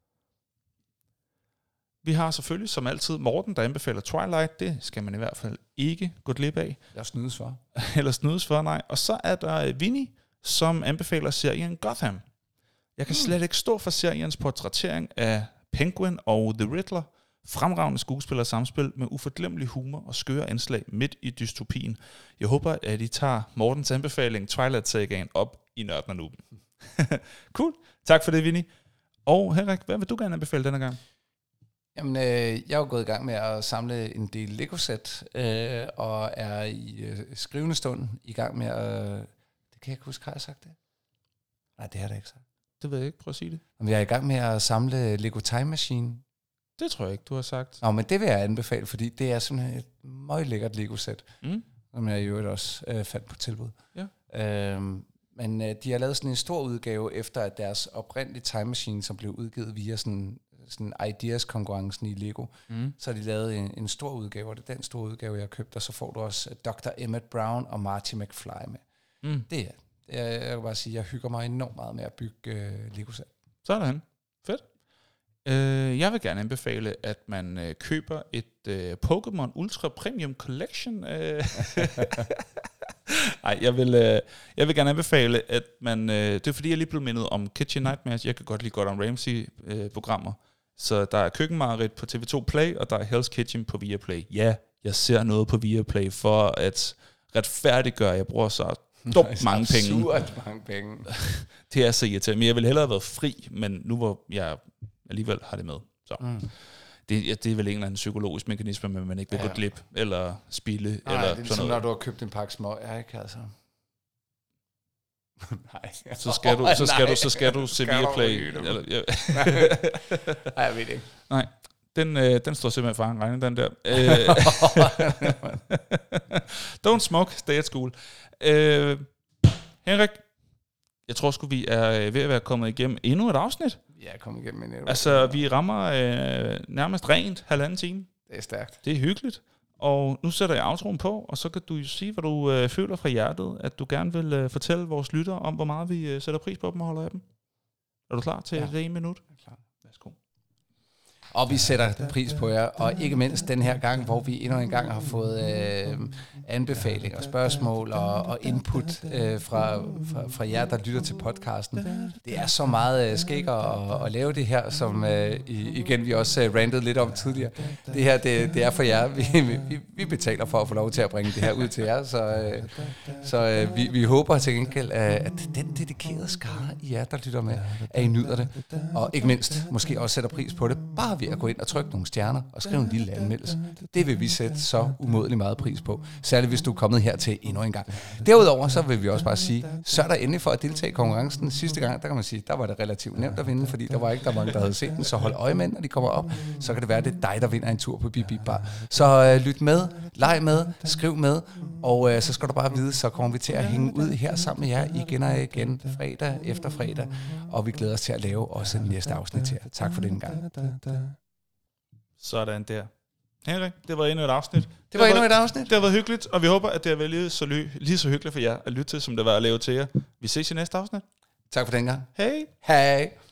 Vi har selvfølgelig som altid Morten, der anbefaler Twilight. Det skal man i hvert fald ikke gå glip af. Eller snydes for. Eller snydes for, nej. Og så er der Vinnie, som anbefaler serien Gotham. Jeg kan slet ikke stå for seriens portrættering af Penguin og The Riddler. Fremragende skuespillere samspil med uforglemmelig humor og skøre indslag midt i dystopien. Jeg håber, at I tager Mortens anbefaling Twilight-sagaen op i Nørden og Nuben. Cool. Tak for det, Vinnie. Og Henrik, hvad vil du gerne anbefale denne gang? Jamen, øh, jeg er jo gået i gang med at samle en del Lego-sæt, øh, og er i øh, skrivende stund i gang med at... Øh, det kan jeg ikke huske, har jeg sagt det? Nej, det har jeg ikke sagt. Det ved jeg ikke, prøv at sige det. Jamen, jeg er i gang med at samle Lego Time Machine. Det tror jeg ikke, du har sagt. Nå, men det vil jeg anbefale, fordi det er simpelthen et meget lækkert Lego-sæt, mm. som jeg i øvrigt også øh, fandt på tilbud. Ja. Øhm, men øh, de har lavet sådan en stor udgave, efter at deres oprindelige Time Machine, som blev udgivet via sådan... sådan Ideas-konkurrencen i Lego, mm. så har de lavet en, en stor udgave, og det er den store udgave, jeg har købt, og så får du også doktor Emmett Brown og Marty McFly med. Mm. Det er, det er, jeg kan bare sige, jeg hygger mig enormt meget med at bygge uh, Lego-sæt. Sådan. Fedt. Uh, jeg vil gerne anbefale, at man uh, køber et uh, Pokémon Ultra Premium Collection. Uh, Nej, jeg vil, øh, jeg vil gerne anbefale, at man... Øh, det er fordi, jeg lige blev mindet om Kitchen Nightmares. Jeg kan godt lide Gordon Ramsay-programmer. Øh, så der er Køkkenmareridt på T V to Play, og der er Hell's Kitchen på Viaplay. Ja, jeg ser noget på Viaplay for at retfærdiggøre, at jeg bruger så dumt mange penge. Absurd mange penge. Det er så irriterende. Men jeg ville hellere have været fri, men nu hvor jeg alligevel har det med. Så. Mm. Det, ja, det er vel en eller anden psykologisk mekanisme, men man ikke vil ja. gå glip, eller spille, Nej, eller det er sådan ligesom, noget. når du har købt en pakke små. Ja, ikke altså. Nej. Så skal du, så skal du, så skal du se Viaplay. Eller, ja. Nej, jeg ved det ikke. Nej, den, øh, den står simpelthen for en regning, den der. Don't smoke, stay at school. Øh, Henrik, jeg tror sgu, vi er ved at være kommet igennem endnu et afsnit. Ja, kom igennem en endnu. Altså, vi rammer øh, nærmest rent halvanden time. Det er stærkt. Det er hyggeligt. Og nu sætter jeg outroen på, og så kan du jo sige, hvad du øh, føler fra hjertet, at du gerne vil øh, fortælle vores lyttere om, hvor meget vi øh, sætter pris på dem og holder af dem. Er du klar til ja. det en minut? Jeg er klar. Værsgo. Og vi sætter pris på jer, og ikke mindst den her gang, hvor vi endnu en gang har fået øh, anbefalinger, spørgsmål og, og input øh, fra, fra, fra jer, der lytter til podcasten. Det er så meget øh, skægger at, at lave det her, som øh, igen vi også øh, rantede lidt om tidligere. Det her, det, det er for jer. Vi, vi, vi betaler for at få lov til at bringe det her ud til jer, så, øh, så øh, vi, vi håber til gengæld, at den dedikerede skare i jer, der lytter med, at I nyder det. Og ikke mindst, måske også sætter pris på det, bare ved at gå ind og trykke nogle stjerner og skrive en lille anmeldelse. Det vil vi sætte så umådelig meget pris på. Særligt hvis du er kommet her til endnu en gang. Derudover så vil vi også bare sige, sørg dig endelig for at deltage i konkurrencen. Sidste gang, der kan man sige, der var det relativt nemt at vinde, fordi der var ikke der mange, der havde set den. Så hold øje med, når de kommer op. Så kan det være, det er dig, der vinder en tur på Bip Bip Bar. Så øh, lyt med, leg med, skriv med, og øh, så skal du bare vide, så kommer vi til at hænge ud her sammen med jer igen og igen, fredag efter fredag. Og vi glæder os til at lave også næste afsnit til jer. Tak for den gang. Sådan der. Henrik, det var endnu et afsnit. Det, det var endnu et afsnit. Det har været hyggeligt, og vi håber, at det har været lige så, ly- lige så hyggeligt for jer at lytte til, som det var at lave til jer. Vi ses i næste afsnit. Tak for den gang. Hej. Hej.